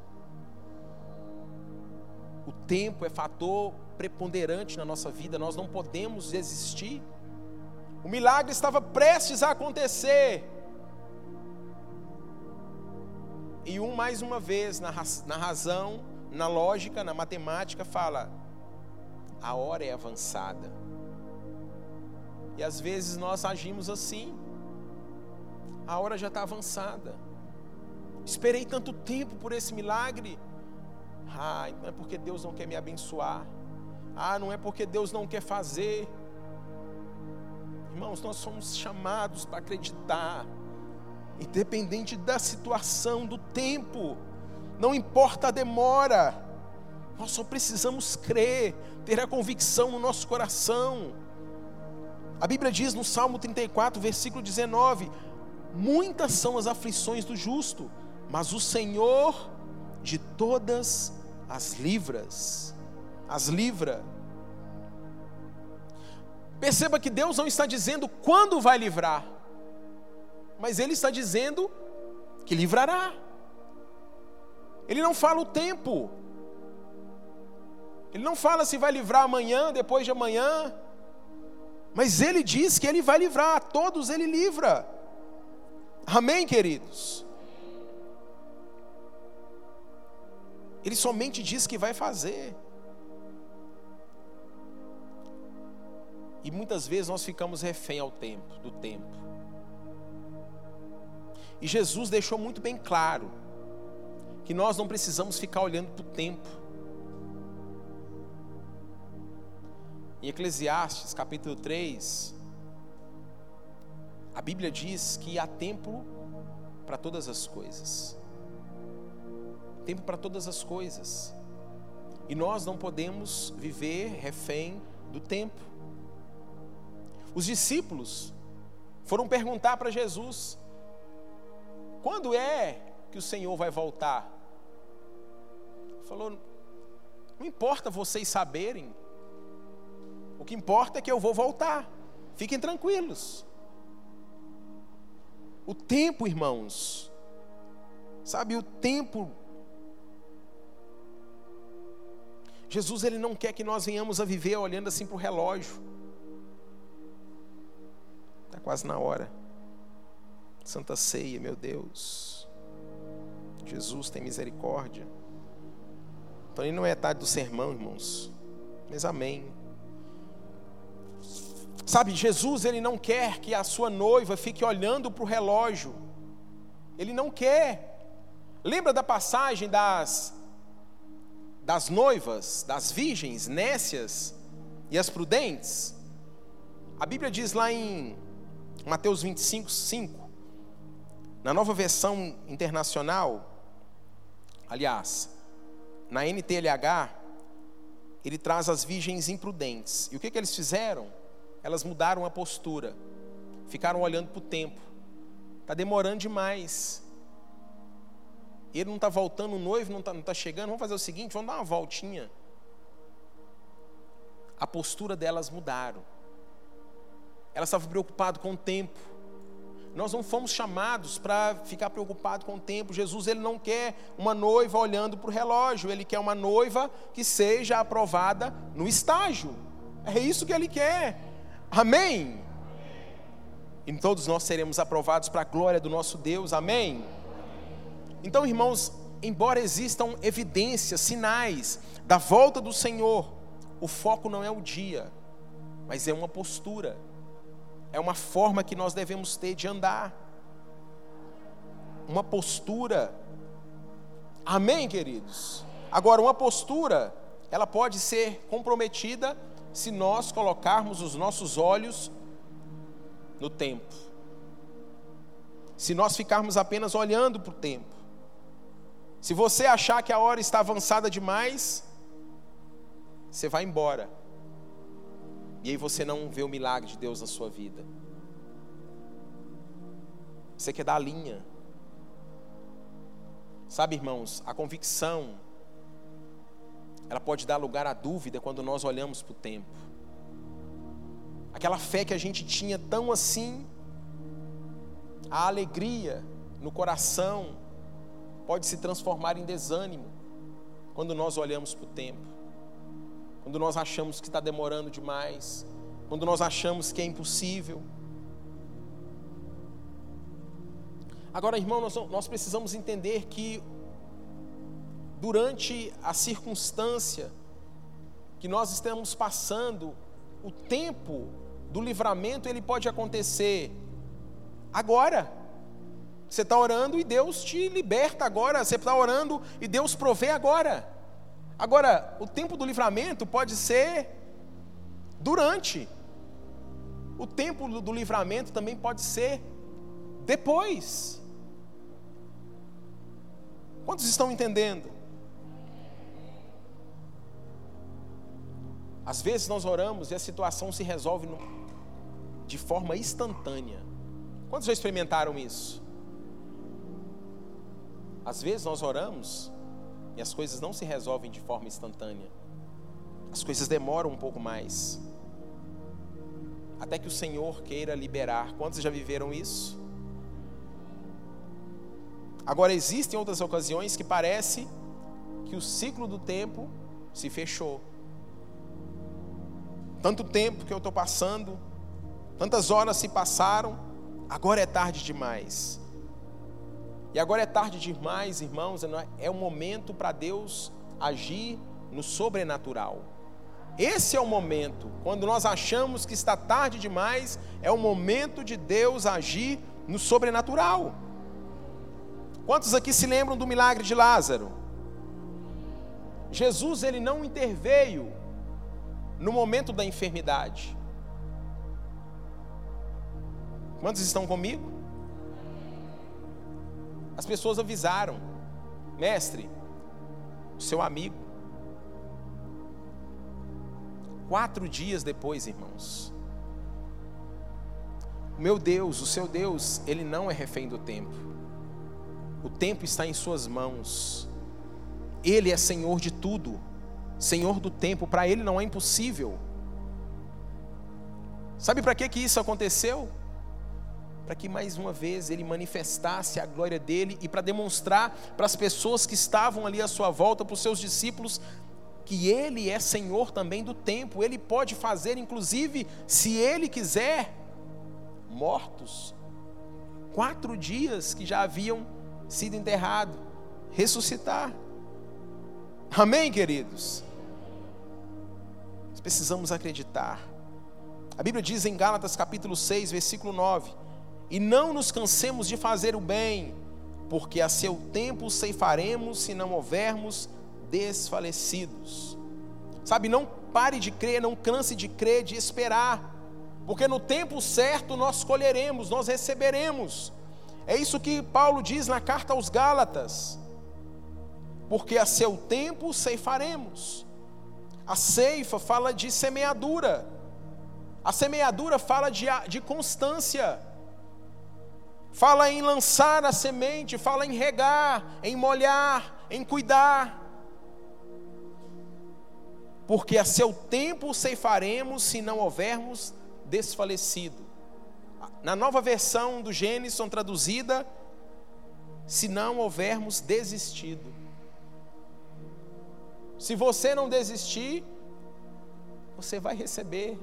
O tempo é fator preponderante na nossa vida, nós não podemos desistir. O milagre estava prestes a acontecer. E um, mais uma vez, na, na razão, na lógica, na matemática, fala: a hora é avançada. E às vezes nós agimos assim. A hora já está avançada. Esperei tanto tempo por esse milagre. Ah, não é porque Deus não quer me abençoar. Ah, não é porque Deus não quer fazer. Irmãos, nós somos chamados para acreditar, independente da situação, do tempo, não importa a demora, nós só precisamos crer, ter a convicção no nosso coração. A Bíblia diz no Salmo trinta e quatro, versículo dezenove: muitas são as aflições do justo, mas o Senhor de todas as livras, as livra. Perceba que Deus não está dizendo quando vai livrar, mas Ele está dizendo que livrará. Ele não fala o tempo. Ele não fala se vai livrar amanhã, depois de amanhã, mas Ele diz que Ele vai livrar, a todos Ele livra. Amém, queridos? Ele somente diz que vai fazer. E muitas vezes nós ficamos refém ao tempo, do tempo. E Jesus deixou muito bem claro que nós não precisamos ficar olhando para o tempo. Em Eclesiastes, capítulo três, a Bíblia diz que há tempo para todas as coisas. Tempo para todas as coisas. E nós não podemos viver refém do tempo. Os discípulos foram perguntar para Jesus: quando é que o Senhor vai voltar? Ele falou: não importa vocês saberem, o que importa é que eu vou voltar, fiquem tranquilos. O tempo, irmãos, sabe, o tempo, Jesus, Ele não quer que nós venhamos a viver olhando assim para o relógio. Está quase na hora. Santa Ceia, meu Deus. Jesus, tem misericórdia. Então, aí não é tarde do sermão, irmãos, mas amém. Sabe, Jesus, Ele não quer que a sua noiva fique olhando para o relógio. Ele não quer. Lembra da passagem das, das noivas, das virgens nécias e as prudentes? A Bíblia diz lá em Mateus vinte e cinco, cinco, na Nova Versão Internacional, aliás, na N T L H, ele traz as virgens imprudentes. E o que, que eles fizeram? Elas mudaram a postura, ficaram olhando para o tempo. Está demorando demais. Ele não está voltando, o noivo não está não tá chegando. Vamos fazer o seguinte, vamos dar uma voltinha. A postura delas mudaram. Elas estavam preocupadas com o tempo. Nós não fomos chamados para ficar preocupado com o tempo. Jesus, ele não quer uma noiva olhando para o relógio. Ele quer uma noiva que seja aprovada no estágio. É isso que ele quer. Amém? E todos nós seremos aprovados para a glória do nosso Deus. Amém? Então, irmãos, embora existam evidências, sinais da volta do Senhor, o foco não é o dia, mas é uma postura. É uma forma que nós devemos ter de andar. Uma postura. Amém, queridos? Agora, uma postura, ela pode ser comprometida se nós colocarmos os nossos olhos no tempo. Se nós ficarmos apenas olhando para o tempo. Se você achar que a hora está avançada demais, você vai embora. E aí você não vê o milagre de Deus na sua vida. Você quer dar a linha. Sabe, irmãos, a convicção, ela pode dar lugar à dúvida quando nós olhamos para o tempo. Aquela fé que a gente tinha tão assim, a alegria no coração pode se transformar em desânimo quando nós olhamos para o tempo. Quando nós achamos que está demorando demais, quando nós achamos que é impossível. Agora, irmão, nós, nós precisamos entender que durante a circunstância que nós estamos passando, o tempo do livramento, ele pode acontecer agora. Você está orando e Deus te liberta agora. Você está orando e Deus provê agora. Agora, o tempo do livramento pode ser durante. O tempo do livramento também pode ser depois. Quantos estão entendendo? Às vezes nós oramos e a situação se resolve no, de forma instantânea. Quantos já experimentaram isso? Às vezes nós oramos e as coisas não se resolvem de forma instantânea. As coisas demoram um pouco mais, até que o Senhor queira liberar. Quantos já viveram isso? Agora, existem outras ocasiões que parece que o ciclo do tempo se fechou. Tanto tempo que eu estou passando, tantas horas se passaram, agora é tarde demais. E agora é tarde demais, irmãos, é o momento para Deus agir no sobrenatural. Esse é o momento, quando nós achamos que está tarde demais, é o momento de Deus agir no sobrenatural. Quantos aqui se lembram do milagre de Lázaro? Jesus, ele não interveio no momento da enfermidade. Quantos estão comigo? As pessoas avisaram: mestre, o seu amigo. Quatro dias depois, irmãos, o meu Deus, o seu Deus, ele não é refém do tempo. O tempo está em suas mãos. Ele é Senhor de tudo, Senhor do tempo. Para ele não é impossível. Sabe para que que isso aconteceu? Para que mais uma vez ele manifestasse a glória dele e para demonstrar para as pessoas que estavam ali à sua volta, para os seus discípulos, que ele é Senhor também do tempo. Ele pode fazer, inclusive, se ele quiser, mortos, quatro dias que já haviam sido enterrados, ressuscitar. Amém, queridos? Nós precisamos acreditar. A Bíblia diz em Gálatas capítulo seis, versículo nove: e não nos cansemos de fazer o bem, porque a seu tempo ceifaremos se não houvermos desfalecidos. Sabe, não pare de crer, não canse de crer, de esperar, porque no tempo certo nós colheremos, nós receberemos. É isso que Paulo diz na carta aos Gálatas: porque a seu tempo ceifaremos. A ceifa fala de semeadura, a semeadura fala de, de constância, fala em lançar a semente, fala em regar, em molhar, em cuidar. Porque a seu tempo ceifaremos se não houvermos desfalecido. na nova versão do Gênesis, traduzida, se não houvermos desistido. Se você não desistir, você vai receber.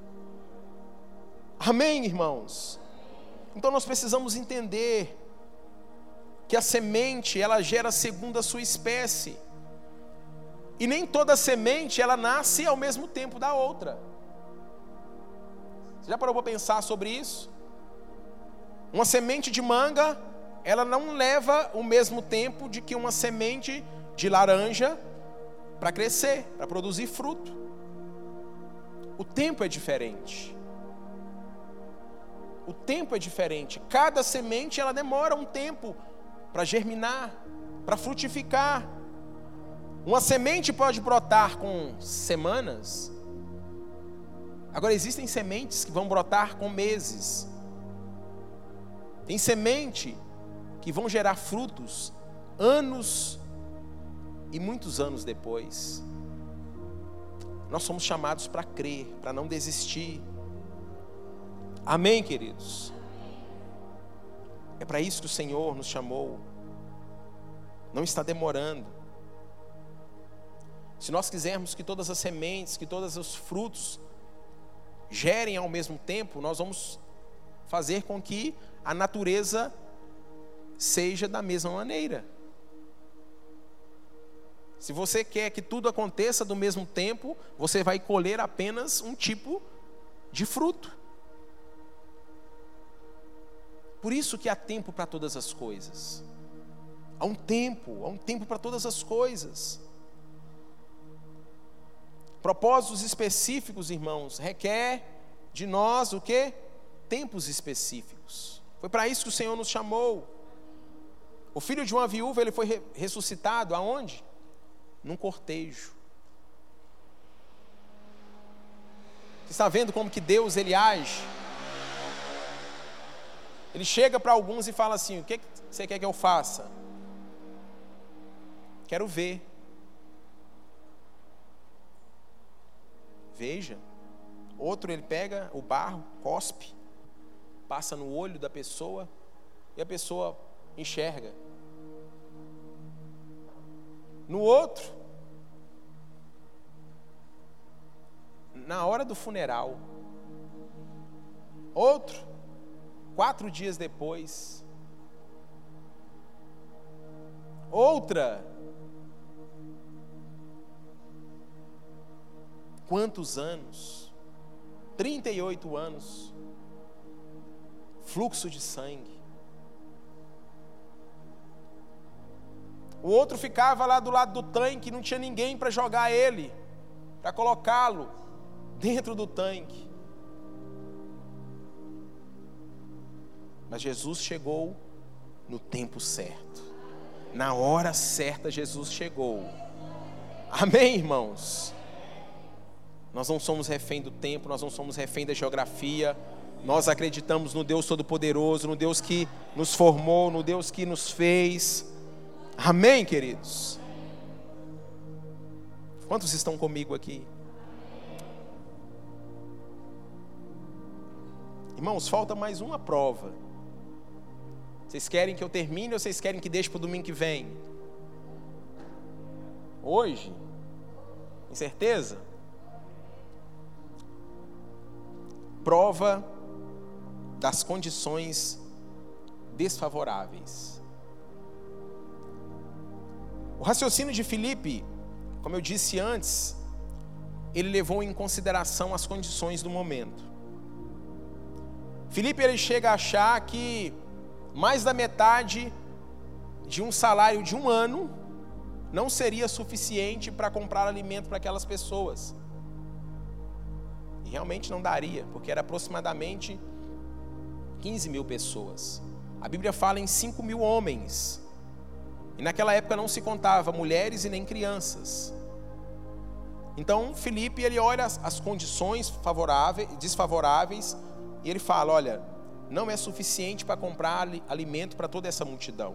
Amém, irmãos? Então nós precisamos entender que a semente, ela gera segundo a sua espécie. E nem toda semente, ela nasce ao mesmo tempo da outra. Você já parou para pensar sobre isso? Uma semente de manga, ela não leva o mesmo tempo de que uma semente de laranja para crescer, para produzir fruto. O tempo é diferente. O tempo é diferente. Cada semente, ela demora um tempo para germinar, para frutificar. Uma semente pode brotar com semanas. Agora, existem sementes que vão brotar com meses. Tem semente que vão gerar frutos anos e muitos anos depois. Nós somos chamados para crer, para não desistir. Amém, queridos? É para isso que o Senhor nos chamou. Não está demorando. Se nós quisermos que todas as sementes, que todos os frutos gerem ao mesmo tempo, nós vamos fazer com que a natureza seja da mesma maneira. Se você quer que tudo aconteça do mesmo tempo, você vai colher apenas um tipo de fruto. Por isso que há tempo para todas as coisas. Há um tempo, há um tempo para todas as coisas. Propósitos específicos, irmãos, requer de nós o quê? Tempos específicos. Foi para isso que o Senhor nos chamou. O filho de uma viúva, ele foi ressuscitado aonde? Num cortejo. Você está vendo como que Deus, ele age? Ele chega para alguns e fala assim: o que você quer que eu faça? Quero ver. Veja. Outro, ele pega o barro, cospe, passa no olho da pessoa e a pessoa enxerga. No outro, na hora do funeral. Outro, quatro dias depois. Outra, quantos anos? trinta e oito anos. Fluxo de sangue. O outro ficava lá do lado do tanque, não tinha ninguém para jogar ele, para colocá-lo dentro do tanque. Mas Jesus chegou no tempo certo. Na hora certa Jesus chegou. Amém, irmãos? Nós não somos refém do tempo, nós não somos refém da geografia. Nós acreditamos no Deus Todo-Poderoso, no Deus que nos formou, no Deus que nos fez. Amém, queridos? Quantos estão comigo aqui? Irmãos, falta mais uma prova. Vocês querem que eu termine ou vocês querem que deixe para o domingo que vem? Hoje? Tem certeza? Prova das condições desfavoráveis. O raciocínio de Filipe, como eu disse antes, ele levou em consideração as condições do momento. Filipe, ele chega a achar que mais da metade de um salário de um ano não seria suficiente para comprar alimento para aquelas pessoas. E realmente não daria, porque era aproximadamente quinze mil pessoas. A Bíblia fala em cinco mil homens. E naquela época não se contava mulheres e nem crianças. Então Filipe, ele olha as, as condições favoráveis, desfavoráveis, e ele fala: olha, não é suficiente para comprar alimento para toda essa multidão.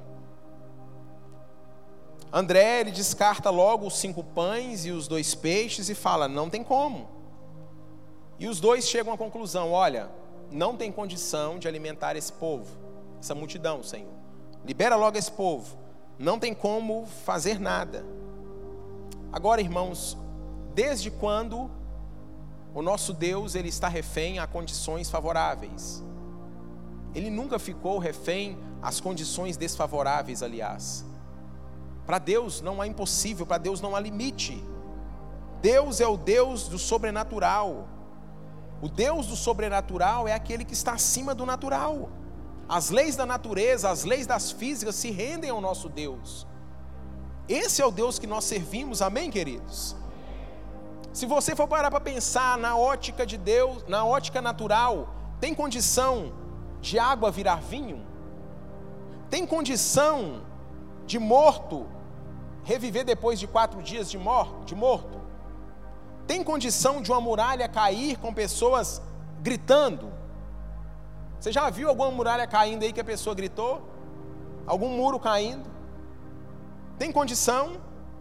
André, ele descarta logo os cinco pães e os dois peixes e fala: não tem como. E os dois chegam à conclusão: olha, não tem condição de alimentar esse povo, essa multidão, Senhor. Libera logo esse povo. Não tem como fazer nada. Agora, irmãos, desde quando o nosso Deus ele está refém a condições favoráveis? Ele nunca ficou refém às condições desfavoráveis, aliás. Para Deus não há impossível, para Deus não há limite. Deus é o Deus do sobrenatural. O Deus do sobrenatural é aquele que está acima do natural. As leis da natureza, as leis das físicas se rendem ao nosso Deus. Esse é o Deus que nós servimos, amém, queridos? Se você for parar para pensar na ótica de Deus, na ótica natural, tem condição de água virar vinho? Tem condição de morto reviver depois de quatro dias de morto? De morto? Tem condição de uma muralha cair com pessoas gritando? Você já viu alguma muralha caindo aí que a pessoa gritou? Algum muro caindo? Tem condição?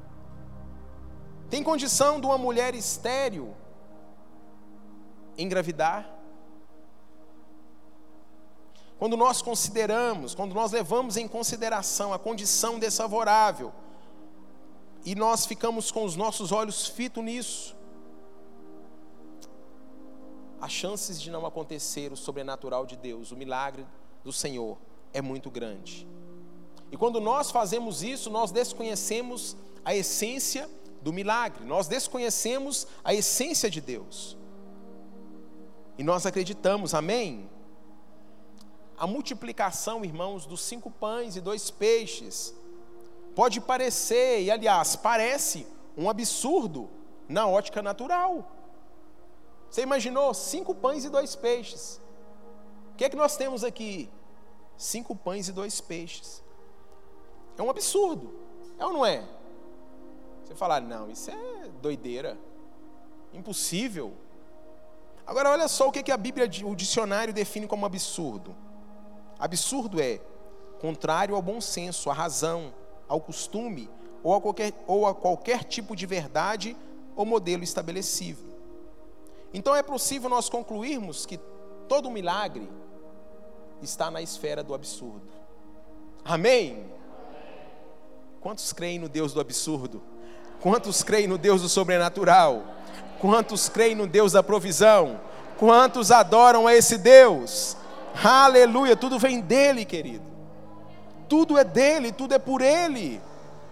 Tem condição de uma mulher estéril engravidar? Quando nós consideramos, quando nós levamos em consideração a condição desfavorável, e nós ficamos com os nossos olhos fitos nisso, as chances de não acontecer o sobrenatural de Deus, o milagre do Senhor, é muito grande. E quando nós fazemos isso, nós desconhecemos a essência do milagre, nós desconhecemos a essência de Deus. E nós acreditamos, amém? A multiplicação, irmãos, dos cinco pães e dois peixes, pode parecer, e aliás, parece um absurdo na ótica natural. Você imaginou? Cinco pães e dois peixes. O que é que nós temos aqui? Cinco pães e dois peixes. É um absurdo, é ou não é? Você falar, não, isso é doideira, impossível. Agora olha só o que, que a Bíblia, o dicionário define como absurdo. Absurdo é contrário ao bom senso, à razão, ao costume, ou a qualquer, ou a qualquer tipo de verdade ou modelo estabelecível. Então é possível nós concluirmos que todo milagre está na esfera do absurdo. Amém? Quantos creem no Deus do absurdo? Quantos creem no Deus do sobrenatural? Quantos creem no Deus da provisão? Quantos adoram a esse Deus? Aleluia, tudo vem dele, querido. Tudo é dele, tudo é por ele.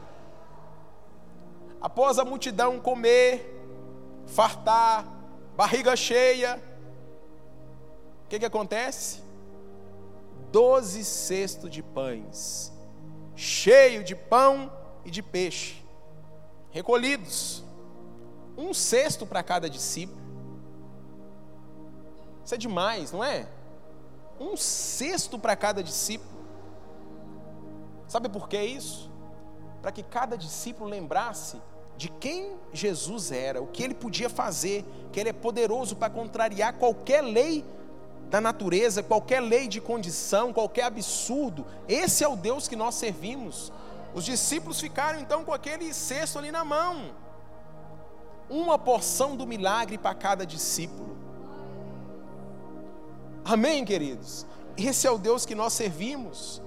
Após a multidão comer, fartar, barriga cheia, o que que acontece? Doze cestos de pães, cheio de pão e de peixe, recolhidos, um cesto para cada discípulo. Isso é demais, não é? Um cesto para cada discípulo. Sabe por que isso? Para que cada discípulo lembrasse de quem Jesus era, o que ele podia fazer, que ele é poderoso para contrariar qualquer lei da natureza, qualquer lei de condição, qualquer absurdo. Esse é o Deus que nós servimos. Os discípulos ficaram então com aquele cesto ali na mão, uma porção do milagre para cada discípulo. Amém, queridos? Esse é o Deus que nós servimos.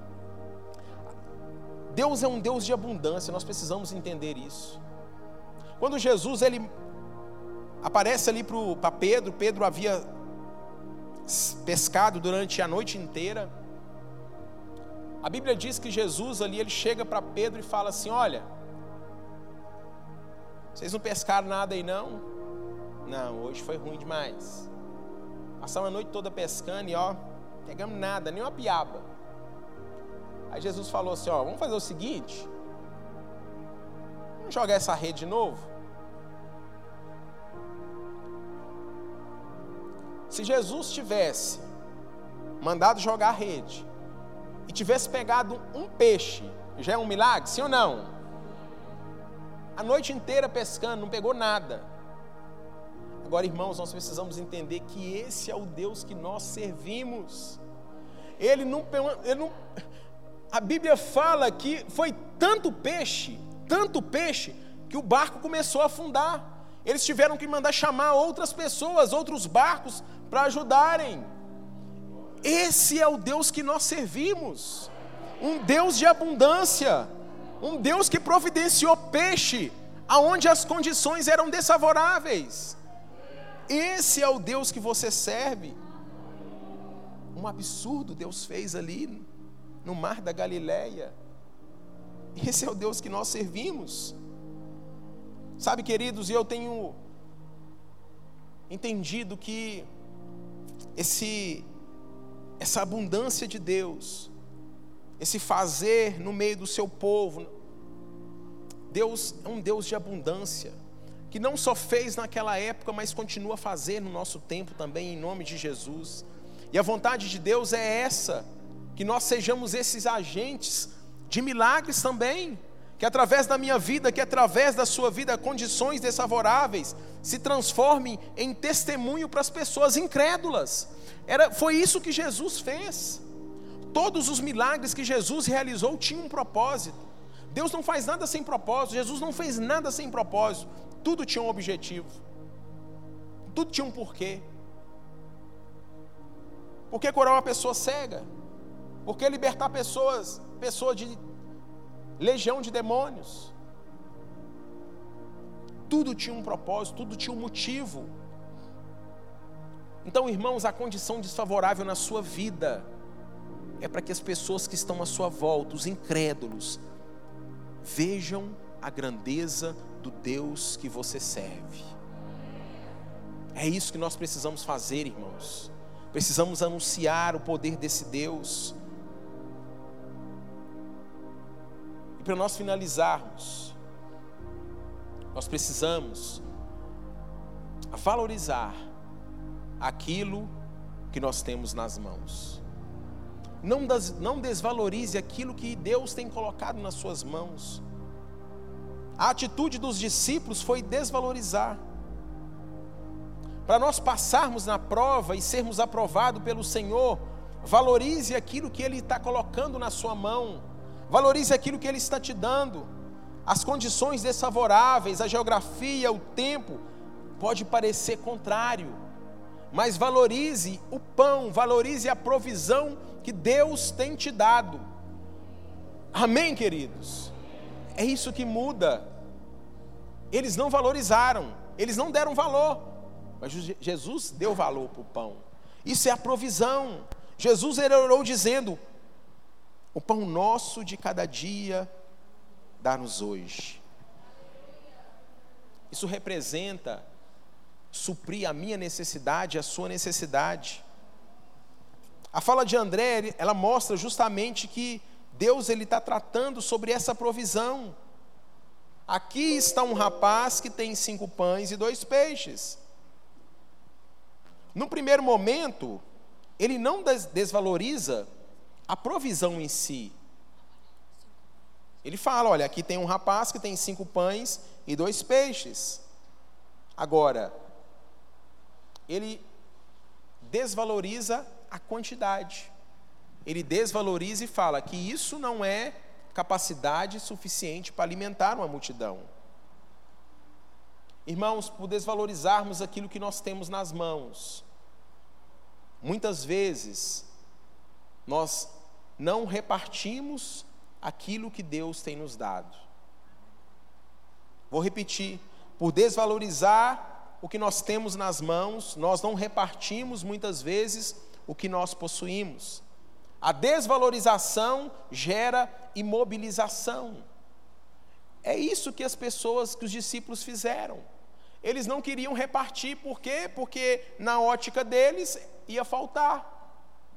Deus é um Deus de abundância, nós precisamos entender isso. Quando Jesus ele aparece ali para Pedro, Pedro havia pescado durante a noite inteira. A Bíblia diz que Jesus ali, ele chega para Pedro e fala assim: olha, vocês não pescaram nada aí não? Não, hoje foi ruim demais. Passamos a noite toda pescando e ó, não pegamos nada, nem uma piaba. Aí Jesus falou assim: ó, vamos fazer o seguinte, vamos jogar essa rede de novo. Se Jesus tivesse mandado jogar a rede e tivesse pegado um peixe, já é um milagre, sim ou não? A noite inteira pescando, não pegou nada. Agora, irmãos, nós precisamos entender que esse é o Deus que nós servimos. Ele não, ele não, a Bíblia fala que foi tanto peixe, tanto peixe, que o barco começou a afundar. Eles tiveram que mandar chamar outras pessoas, outros barcos, para ajudarem. Esse é o Deus que nós servimos, um Deus de abundância, um Deus que providenciou peixe aonde as condições eram desfavoráveis. Esse é o Deus que você serve. Um absurdo Deus fez ali no mar da Galileia. Esse é o Deus que nós servimos. Sabe, queridos, e eu tenho entendido que esse, essa abundância de Deus, esse fazer no meio do seu povo, Deus é um Deus de abundância, que não só fez naquela época, mas continua a fazer no nosso tempo também, em nome de Jesus. E a vontade de Deus é essa, que nós sejamos esses agentes de milagres também, que através da minha vida, que através da sua vida, condições desfavoráveis se transformem em testemunho para as pessoas incrédulas. Era, foi isso que Jesus fez. Todos os milagres que Jesus realizou tinham um propósito. Deus não faz nada sem propósito, Jesus não fez nada sem propósito. Tudo tinha um objetivo, tudo tinha um porquê. Por que curar uma pessoa cega? Por que libertar pessoas, pessoas de legião de demônios? Tudo tinha um propósito, tudo tinha um motivo. Então, irmãos, a condição desfavorável na sua vida é para que as pessoas que estão à sua volta, os incrédulos, vejam a grandeza do Deus que você serve. É isso que nós precisamos fazer, irmãos. Precisamos anunciar o poder desse Deus. E para nós finalizarmos, nós precisamos valorizar aquilo que nós temos nas mãos. Não, das, não desvalorize aquilo que Deus tem colocado nas suas mãos. A atitude dos discípulos foi desvalorizar. Para nós passarmos na prova e sermos aprovados pelo Senhor, valorize aquilo que Ele está colocando na sua mão. Valorize aquilo que Ele está te dando. As condições desfavoráveis, a geografia, o tempo, pode parecer contrário, mas valorize o pão, valorize a provisão que Deus tem te dado. Amém, queridos? É isso que muda. Eles não valorizaram, eles não deram valor, mas Jesus deu valor para o pão. Isso é a provisão. Jesus orou dizendo: o pão nosso de cada dia dá-nos hoje. Isso representa suprir a minha necessidade, a sua necessidade. A fala de André, ela mostra justamente que Deus ele está tratando sobre essa provisão. Aqui está um rapaz que tem cinco pães e dois peixes. No primeiro momento, ele não desvaloriza a provisão em si. Ele fala: olha, aqui tem um rapaz que tem cinco pães e dois peixes. Agora, ele desvaloriza a quantidade. Ele desvaloriza e fala que isso não é capacidade suficiente para alimentar uma multidão. Irmãos, por desvalorizarmos aquilo que nós temos nas mãos, muitas vezes nós não repartimos aquilo que Deus tem nos dado. Vou repetir: por desvalorizar o que nós temos nas mãos, nós não repartimos muitas vezes o que nós possuímos. A desvalorização gera imobilização. É isso que as pessoas, que os discípulos fizeram. Eles não queriam repartir, por quê? Porque na ótica deles ia faltar.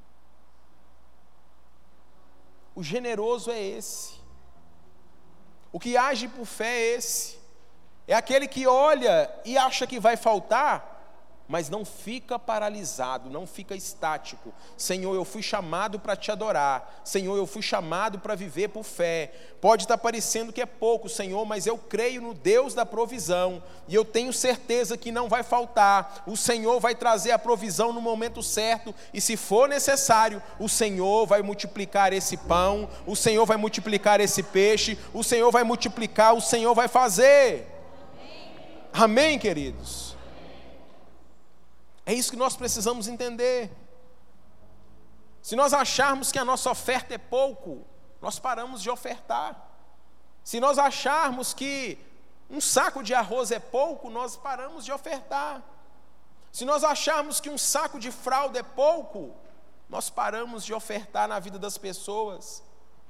O generoso é esse. O que age por fé é esse. É aquele que olha e acha que vai faltar, mas não fica paralisado, não fica estático. Senhor, eu fui chamado para te adorar. Senhor, eu fui chamado para viver por fé. Pode estar parecendo que é pouco, Senhor, mas eu creio no Deus da provisão. E eu tenho certeza que não vai faltar. O Senhor vai trazer a provisão no momento certo. E se for necessário, o Senhor vai multiplicar esse pão. O Senhor vai multiplicar esse peixe. O Senhor vai multiplicar, o Senhor vai fazer. Amém, queridos? É isso que nós precisamos entender. Se nós acharmos que a nossa oferta é pouco, nós paramos de ofertar. Se nós acharmos que um saco de arroz é pouco, nós paramos de ofertar. Se nós acharmos que um saco de fralda é pouco, nós paramos de ofertar na vida das pessoas.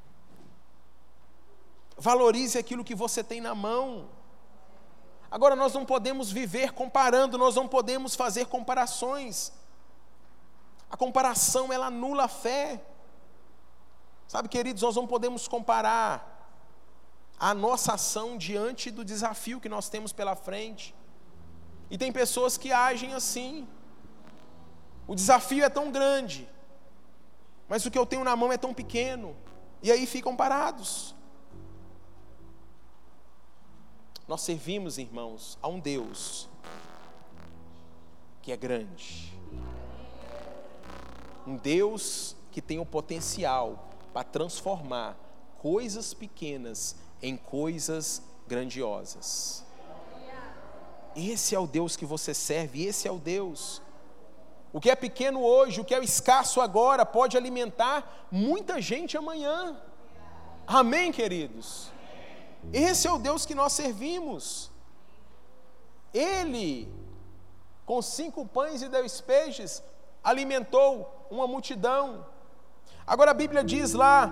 Valorize aquilo que você tem na mão. Agora, nós não podemos viver comparando, nós não podemos fazer comparações. A comparação, ela anula a fé. Sabe, queridos, nós não podemos comparar a nossa ação diante do desafio que nós temos pela frente. E tem pessoas que agem assim. O desafio é tão grande, mas o que eu tenho na mão é tão pequeno. E aí ficam parados. Nós servimos, irmãos, a um Deus que é grande. Um Deus que tem o potencial para transformar coisas pequenas em coisas grandiosas. Esse é o Deus que você serve, esse é o Deus. O que é pequeno hoje, o que é escasso agora, pode alimentar muita gente amanhã. Amém, queridos? Esse é o Deus que nós servimos. Ele, com cinco pães e dois peixes, alimentou uma multidão. Agora a Bíblia diz lá,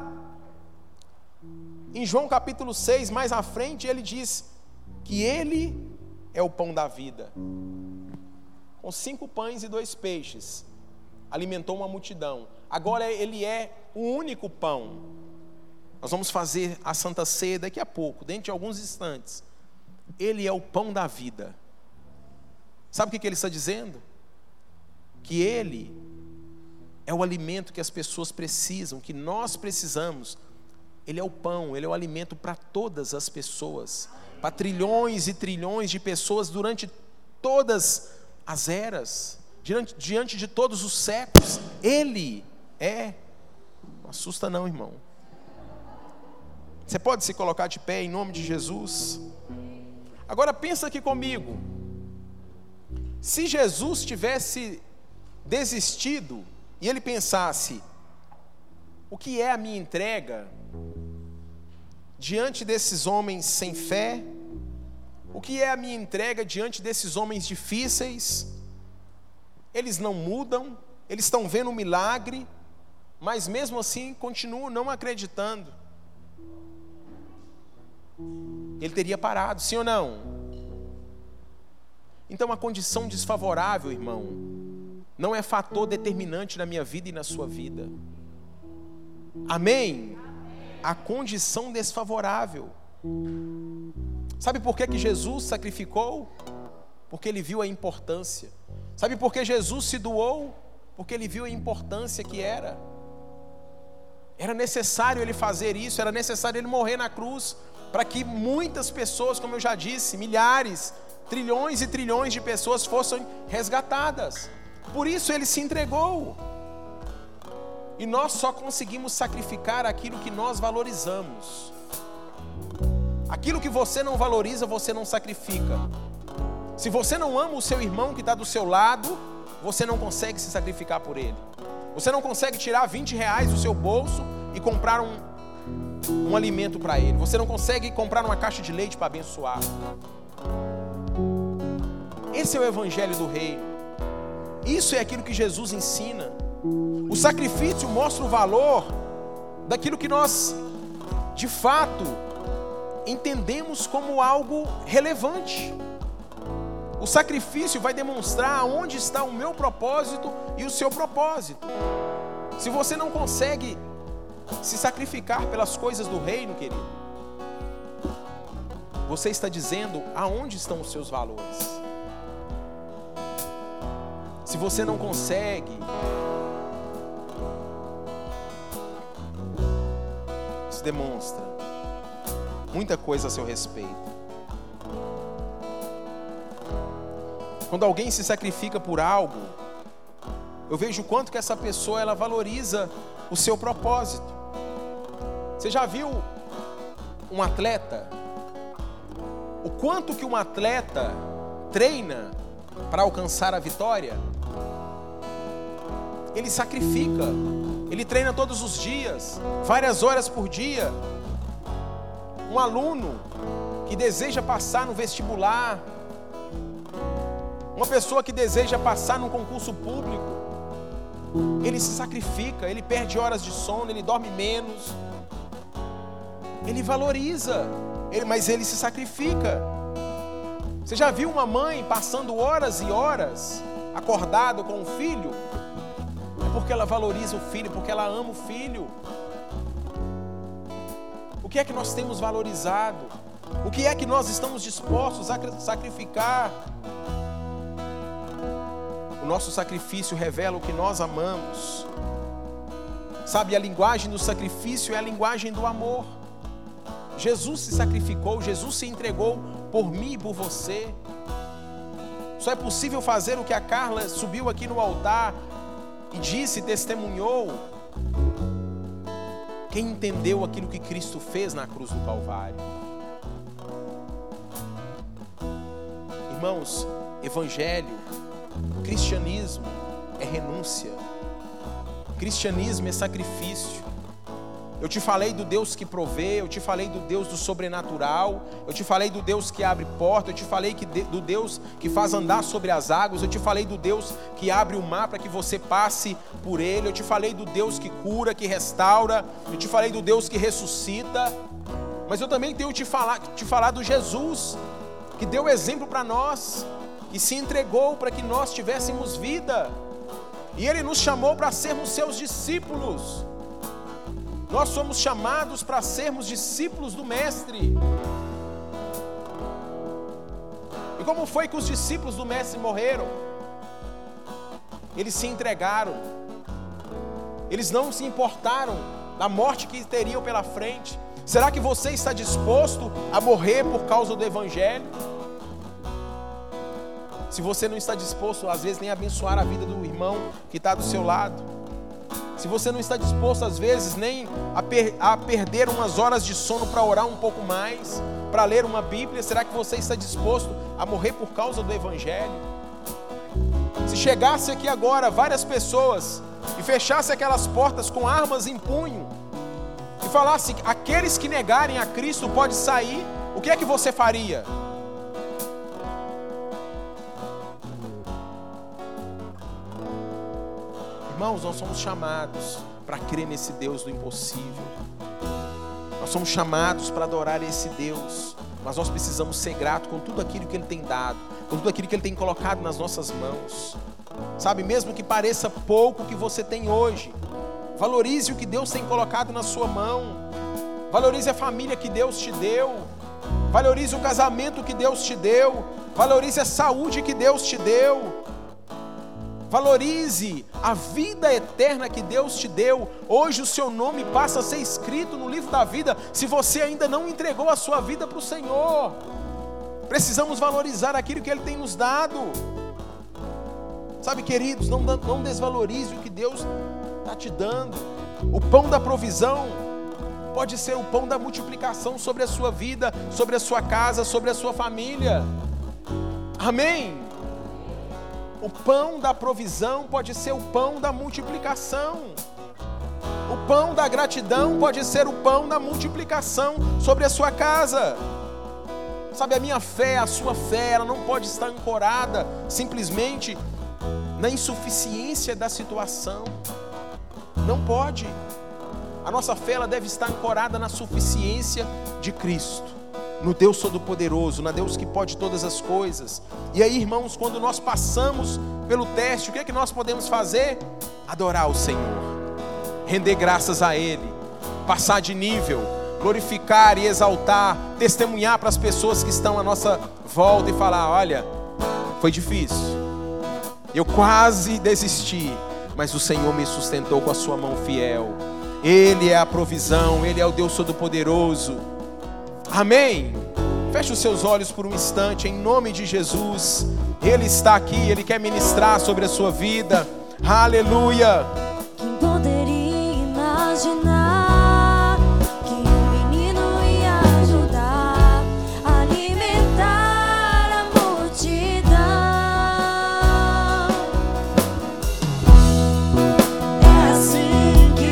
em João capítulo seis, mais à frente, ele diz que ele é o pão da vida. Com cinco pães e dois peixes, alimentou uma multidão. Agora ele é o único pão. Nós vamos fazer a Santa Ceia daqui a pouco, dentro de alguns instantes. Ele é o pão da vida. Sabe o que ele está dizendo? Que ele é o alimento que as pessoas precisam, que nós precisamos. Ele é o pão, ele é o alimento para todas as pessoas, para trilhões e trilhões de pessoas durante todas as eras, diante, diante de todos os séculos. Ele é. Não assusta não, irmão. Você pode se colocar de pé em nome de Jesus? Agora pensa aqui comigo. Se Jesus tivesse desistido e ele pensasse: o que é a minha entrega diante desses homens sem fé? O que é a minha entrega diante desses homens difíceis? Eles não mudam, eles estão vendo um milagre, mas mesmo assim continuam não acreditando. Ele teria parado, sim ou não? Então a condição desfavorável, irmão, não é fator determinante na minha vida e na sua vida. Amém? A condição desfavorável. Sabe por que que Jesus sacrificou? Porque ele viu a importância. Sabe por que Jesus se doou? Porque ele viu a importância que era. Era necessário ele fazer isso, era necessário ele morrer na cruz, para que muitas pessoas, como eu já disse, milhares, trilhões e trilhões de pessoas fossem resgatadas. Por isso ele se entregou. E nós só conseguimos sacrificar aquilo que nós valorizamos. Aquilo que você não valoriza, você não sacrifica. Se você não ama o seu irmão que está do seu lado, você não consegue se sacrificar por ele. Você não consegue tirar vinte reais do seu bolso e comprar um, um alimento para ele. Você não consegue comprar uma caixa de leite para abençoar. Esse é o evangelho do reino. Isso é aquilo que Jesus ensina. O sacrifício mostra o valor daquilo que nós, de fato, entendemos como algo relevante. O sacrifício vai demonstrar onde está o meu propósito e o seu propósito. Se você não consegue se sacrificar pelas coisas do reino, querido, você está dizendo aonde estão os seus valores. Se você não consegue isso demonstra muita coisa a seu respeito. Quando alguém se sacrifica por algo, eu vejo o quanto que essa pessoa ela valoriza o seu propósito. Você já viu um atleta? O quanto que um atleta treina para alcançar a vitória? Ele sacrifica Ele treina todos os dias, várias horas por dia. Um aluno que deseja passar no vestibular, uma pessoa que deseja passar num concurso público, ele se sacrifica, ele perde horas de sono, ele dorme menos, ele valoriza, ele, mas ele se sacrifica. Você já viu uma mãe passando horas e horas acordado com o filho? É porque ela valoriza o filho, porque ela ama o filho. O que é que nós temos valorizado? O que é que nós estamos dispostos a sacrificar? O nosso sacrifício revela o que nós amamos. Sabe, a linguagem do sacrifício é a linguagem do amor. Jesus se sacrificou, Jesus se entregou por mim e por você. Só é possível fazer o que a Carla subiu aqui no altar e disse, testemunhou. Quem entendeu aquilo que Cristo fez na cruz do Calvário. Irmãos, evangelho, cristianismo é renúncia. Cristianismo é sacrifício. Eu te falei do Deus que provê, eu te falei do Deus do sobrenatural, eu te falei do Deus que abre porta, eu te falei que de, do Deus que faz andar sobre as águas, eu te falei do Deus que abre o mar para que você passe por ele, eu te falei do Deus que cura, que restaura, eu te falei do Deus que ressuscita, mas eu também tenho te falar, te falar do Jesus, que deu exemplo para nós, e se entregou para que nós tivéssemos vida, e Ele nos chamou para sermos seus discípulos. Nós somos chamados para sermos discípulos do Mestre. E como foi que os discípulos do Mestre morreram? Eles se entregaram. Eles não se importaram da morte que teriam pela frente. Será que você está disposto a morrer por causa do Evangelho? Se você não está disposto, às vezes, nem a abençoar a vida do irmão que está do seu lado. Se você não está disposto, às vezes, nem a, per- a perder umas horas de sono para orar um pouco mais, para ler uma Bíblia, será que você está disposto a morrer por causa do Evangelho? Se chegasse aqui agora várias pessoas e fechasse aquelas portas com armas em punho e falasse, aqueles que negarem a Cristo podem sair, o que é que você faria? Irmãos, nós somos chamados para crer nesse Deus do impossível. Nós somos chamados para adorar esse Deus. Mas nós precisamos ser gratos com tudo aquilo que Ele tem dado, com tudo aquilo que Ele tem colocado nas nossas mãos. Sabe, mesmo que pareça pouco o que você tem hoje, valorize o que Deus tem colocado na sua mão. Valorize a família que Deus te deu. Valorize o casamento que Deus te deu. Valorize a saúde que Deus te deu. Valorize a vida eterna que Deus te deu. Hoje o seu nome passa a ser escrito no livro da vida, se você ainda não entregou a sua vida para o Senhor. Precisamos valorizar aquilo que Ele tem nos dado. Sabe, queridos, não, não desvalorize o que Deus está te dando. O pão da provisão pode ser o pão da multiplicação sobre a sua vida, sobre a sua casa, sobre a sua família. Amém? O pão da provisão pode ser o pão da multiplicação. O pão da gratidão pode ser o pão da multiplicação sobre a sua casa. Sabe, a minha fé, a sua fé, ela não pode estar ancorada simplesmente na insuficiência da situação. Não pode. A nossa fé, ela deve estar ancorada na suficiência de Cristo, no Deus Todo-Poderoso, na Deus que pode todas as coisas. E aí, irmãos, quando nós passamos pelo teste, o que é que nós podemos fazer? Adorar o Senhor, render graças a Ele, passar de nível, glorificar e exaltar, testemunhar para as pessoas que estão à nossa volta e falar, olha, foi difícil, eu quase desisti, mas o Senhor me sustentou com a sua mão fiel. Ele é a provisão, Ele é o Deus Todo-Poderoso. Amém? Feche os seus olhos por um instante, em nome de Jesus. Ele está aqui, Ele quer ministrar sobre a sua vida. Aleluia. Quem poderia imaginar que um menino ia ajudar a alimentar a multidão? É assim que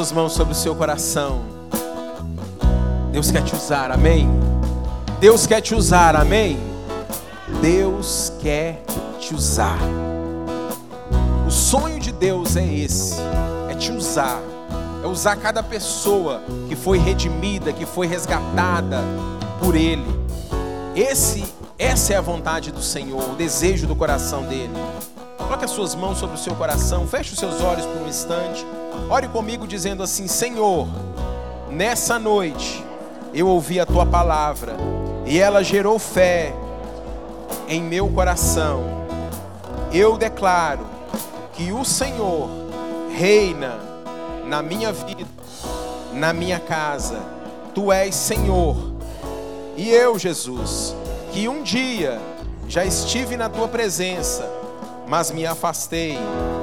suas mãos sobre o seu coração. Deus quer te usar, amém? Deus quer te usar, amém? Deus quer te usar. O sonho de Deus é esse, é te usar. É usar cada pessoa que foi redimida, que foi resgatada por Ele. Esse, essa é a vontade do Senhor, o desejo do coração dEle. Coloque as suas mãos sobre o seu coração, feche os seus olhos por um instante. Ore comigo dizendo assim: Senhor, nessa noite eu ouvi a Tua palavra e ela gerou fé em meu coração. Eu declaro que o Senhor reina na minha vida, na minha casa. Tu és Senhor. E eu, Jesus, que um dia já estive na Tua presença, mas me afastei.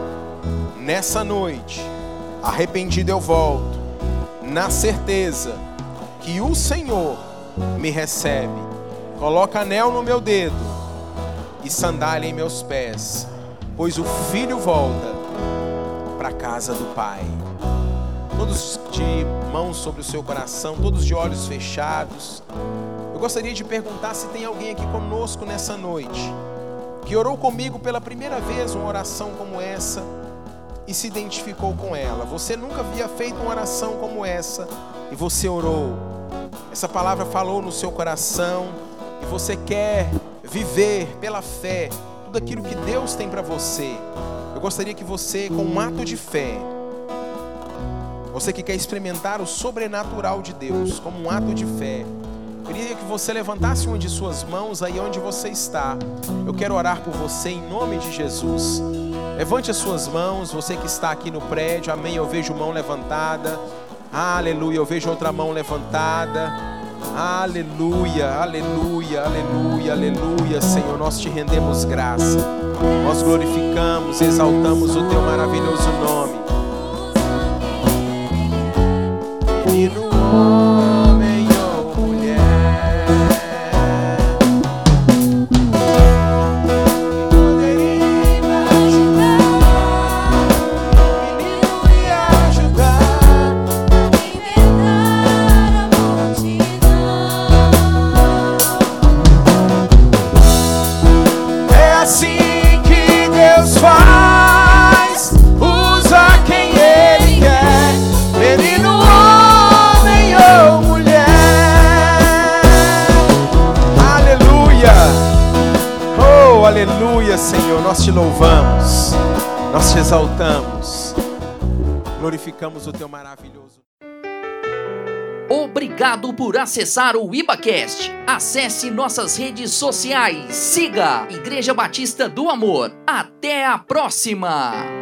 Nessa noite, arrependido eu volto, na certeza que o Senhor me recebe. Coloca anel no meu dedo e sandália em meus pés, pois o filho volta para a casa do Pai. Todos de mãos sobre o seu coração, todos de olhos fechados. Eu gostaria de perguntar se tem alguém aqui conosco nessa noite que orou comigo pela primeira vez uma oração como essa e se identificou com ela. Você nunca havia feito uma oração como essa e você orou. Essa palavra falou no seu coração e você quer viver pela fé tudo aquilo que Deus tem para você. Eu gostaria que você, com um ato de fé, você que quer experimentar o sobrenatural de Deus, como um ato de fé, eu queria que você levantasse uma de suas mãos aí onde você está. Eu quero orar por você em nome de Jesus. Levante as suas mãos, você que está aqui no prédio, amém, eu vejo mão levantada, aleluia, eu vejo outra mão levantada, aleluia, aleluia, aleluia, aleluia, Senhor, nós te rendemos graça, nós glorificamos, exaltamos o teu maravilhoso nome. Menino, homem ou mulher, poderia imaginar, menino ia ajudar, libertar a multidão. é assim que Deus faz, usa quem Ele quer, menino, homem ou mulher, aleluia, oh aleluia, Senhor, nós te louvamos, nós te exaltamos, glorificamos o teu maravilhoso. Obrigado por acessar o IbaCast. Acesse nossas redes sociais. Siga Igreja Batista do Amor. Até a próxima!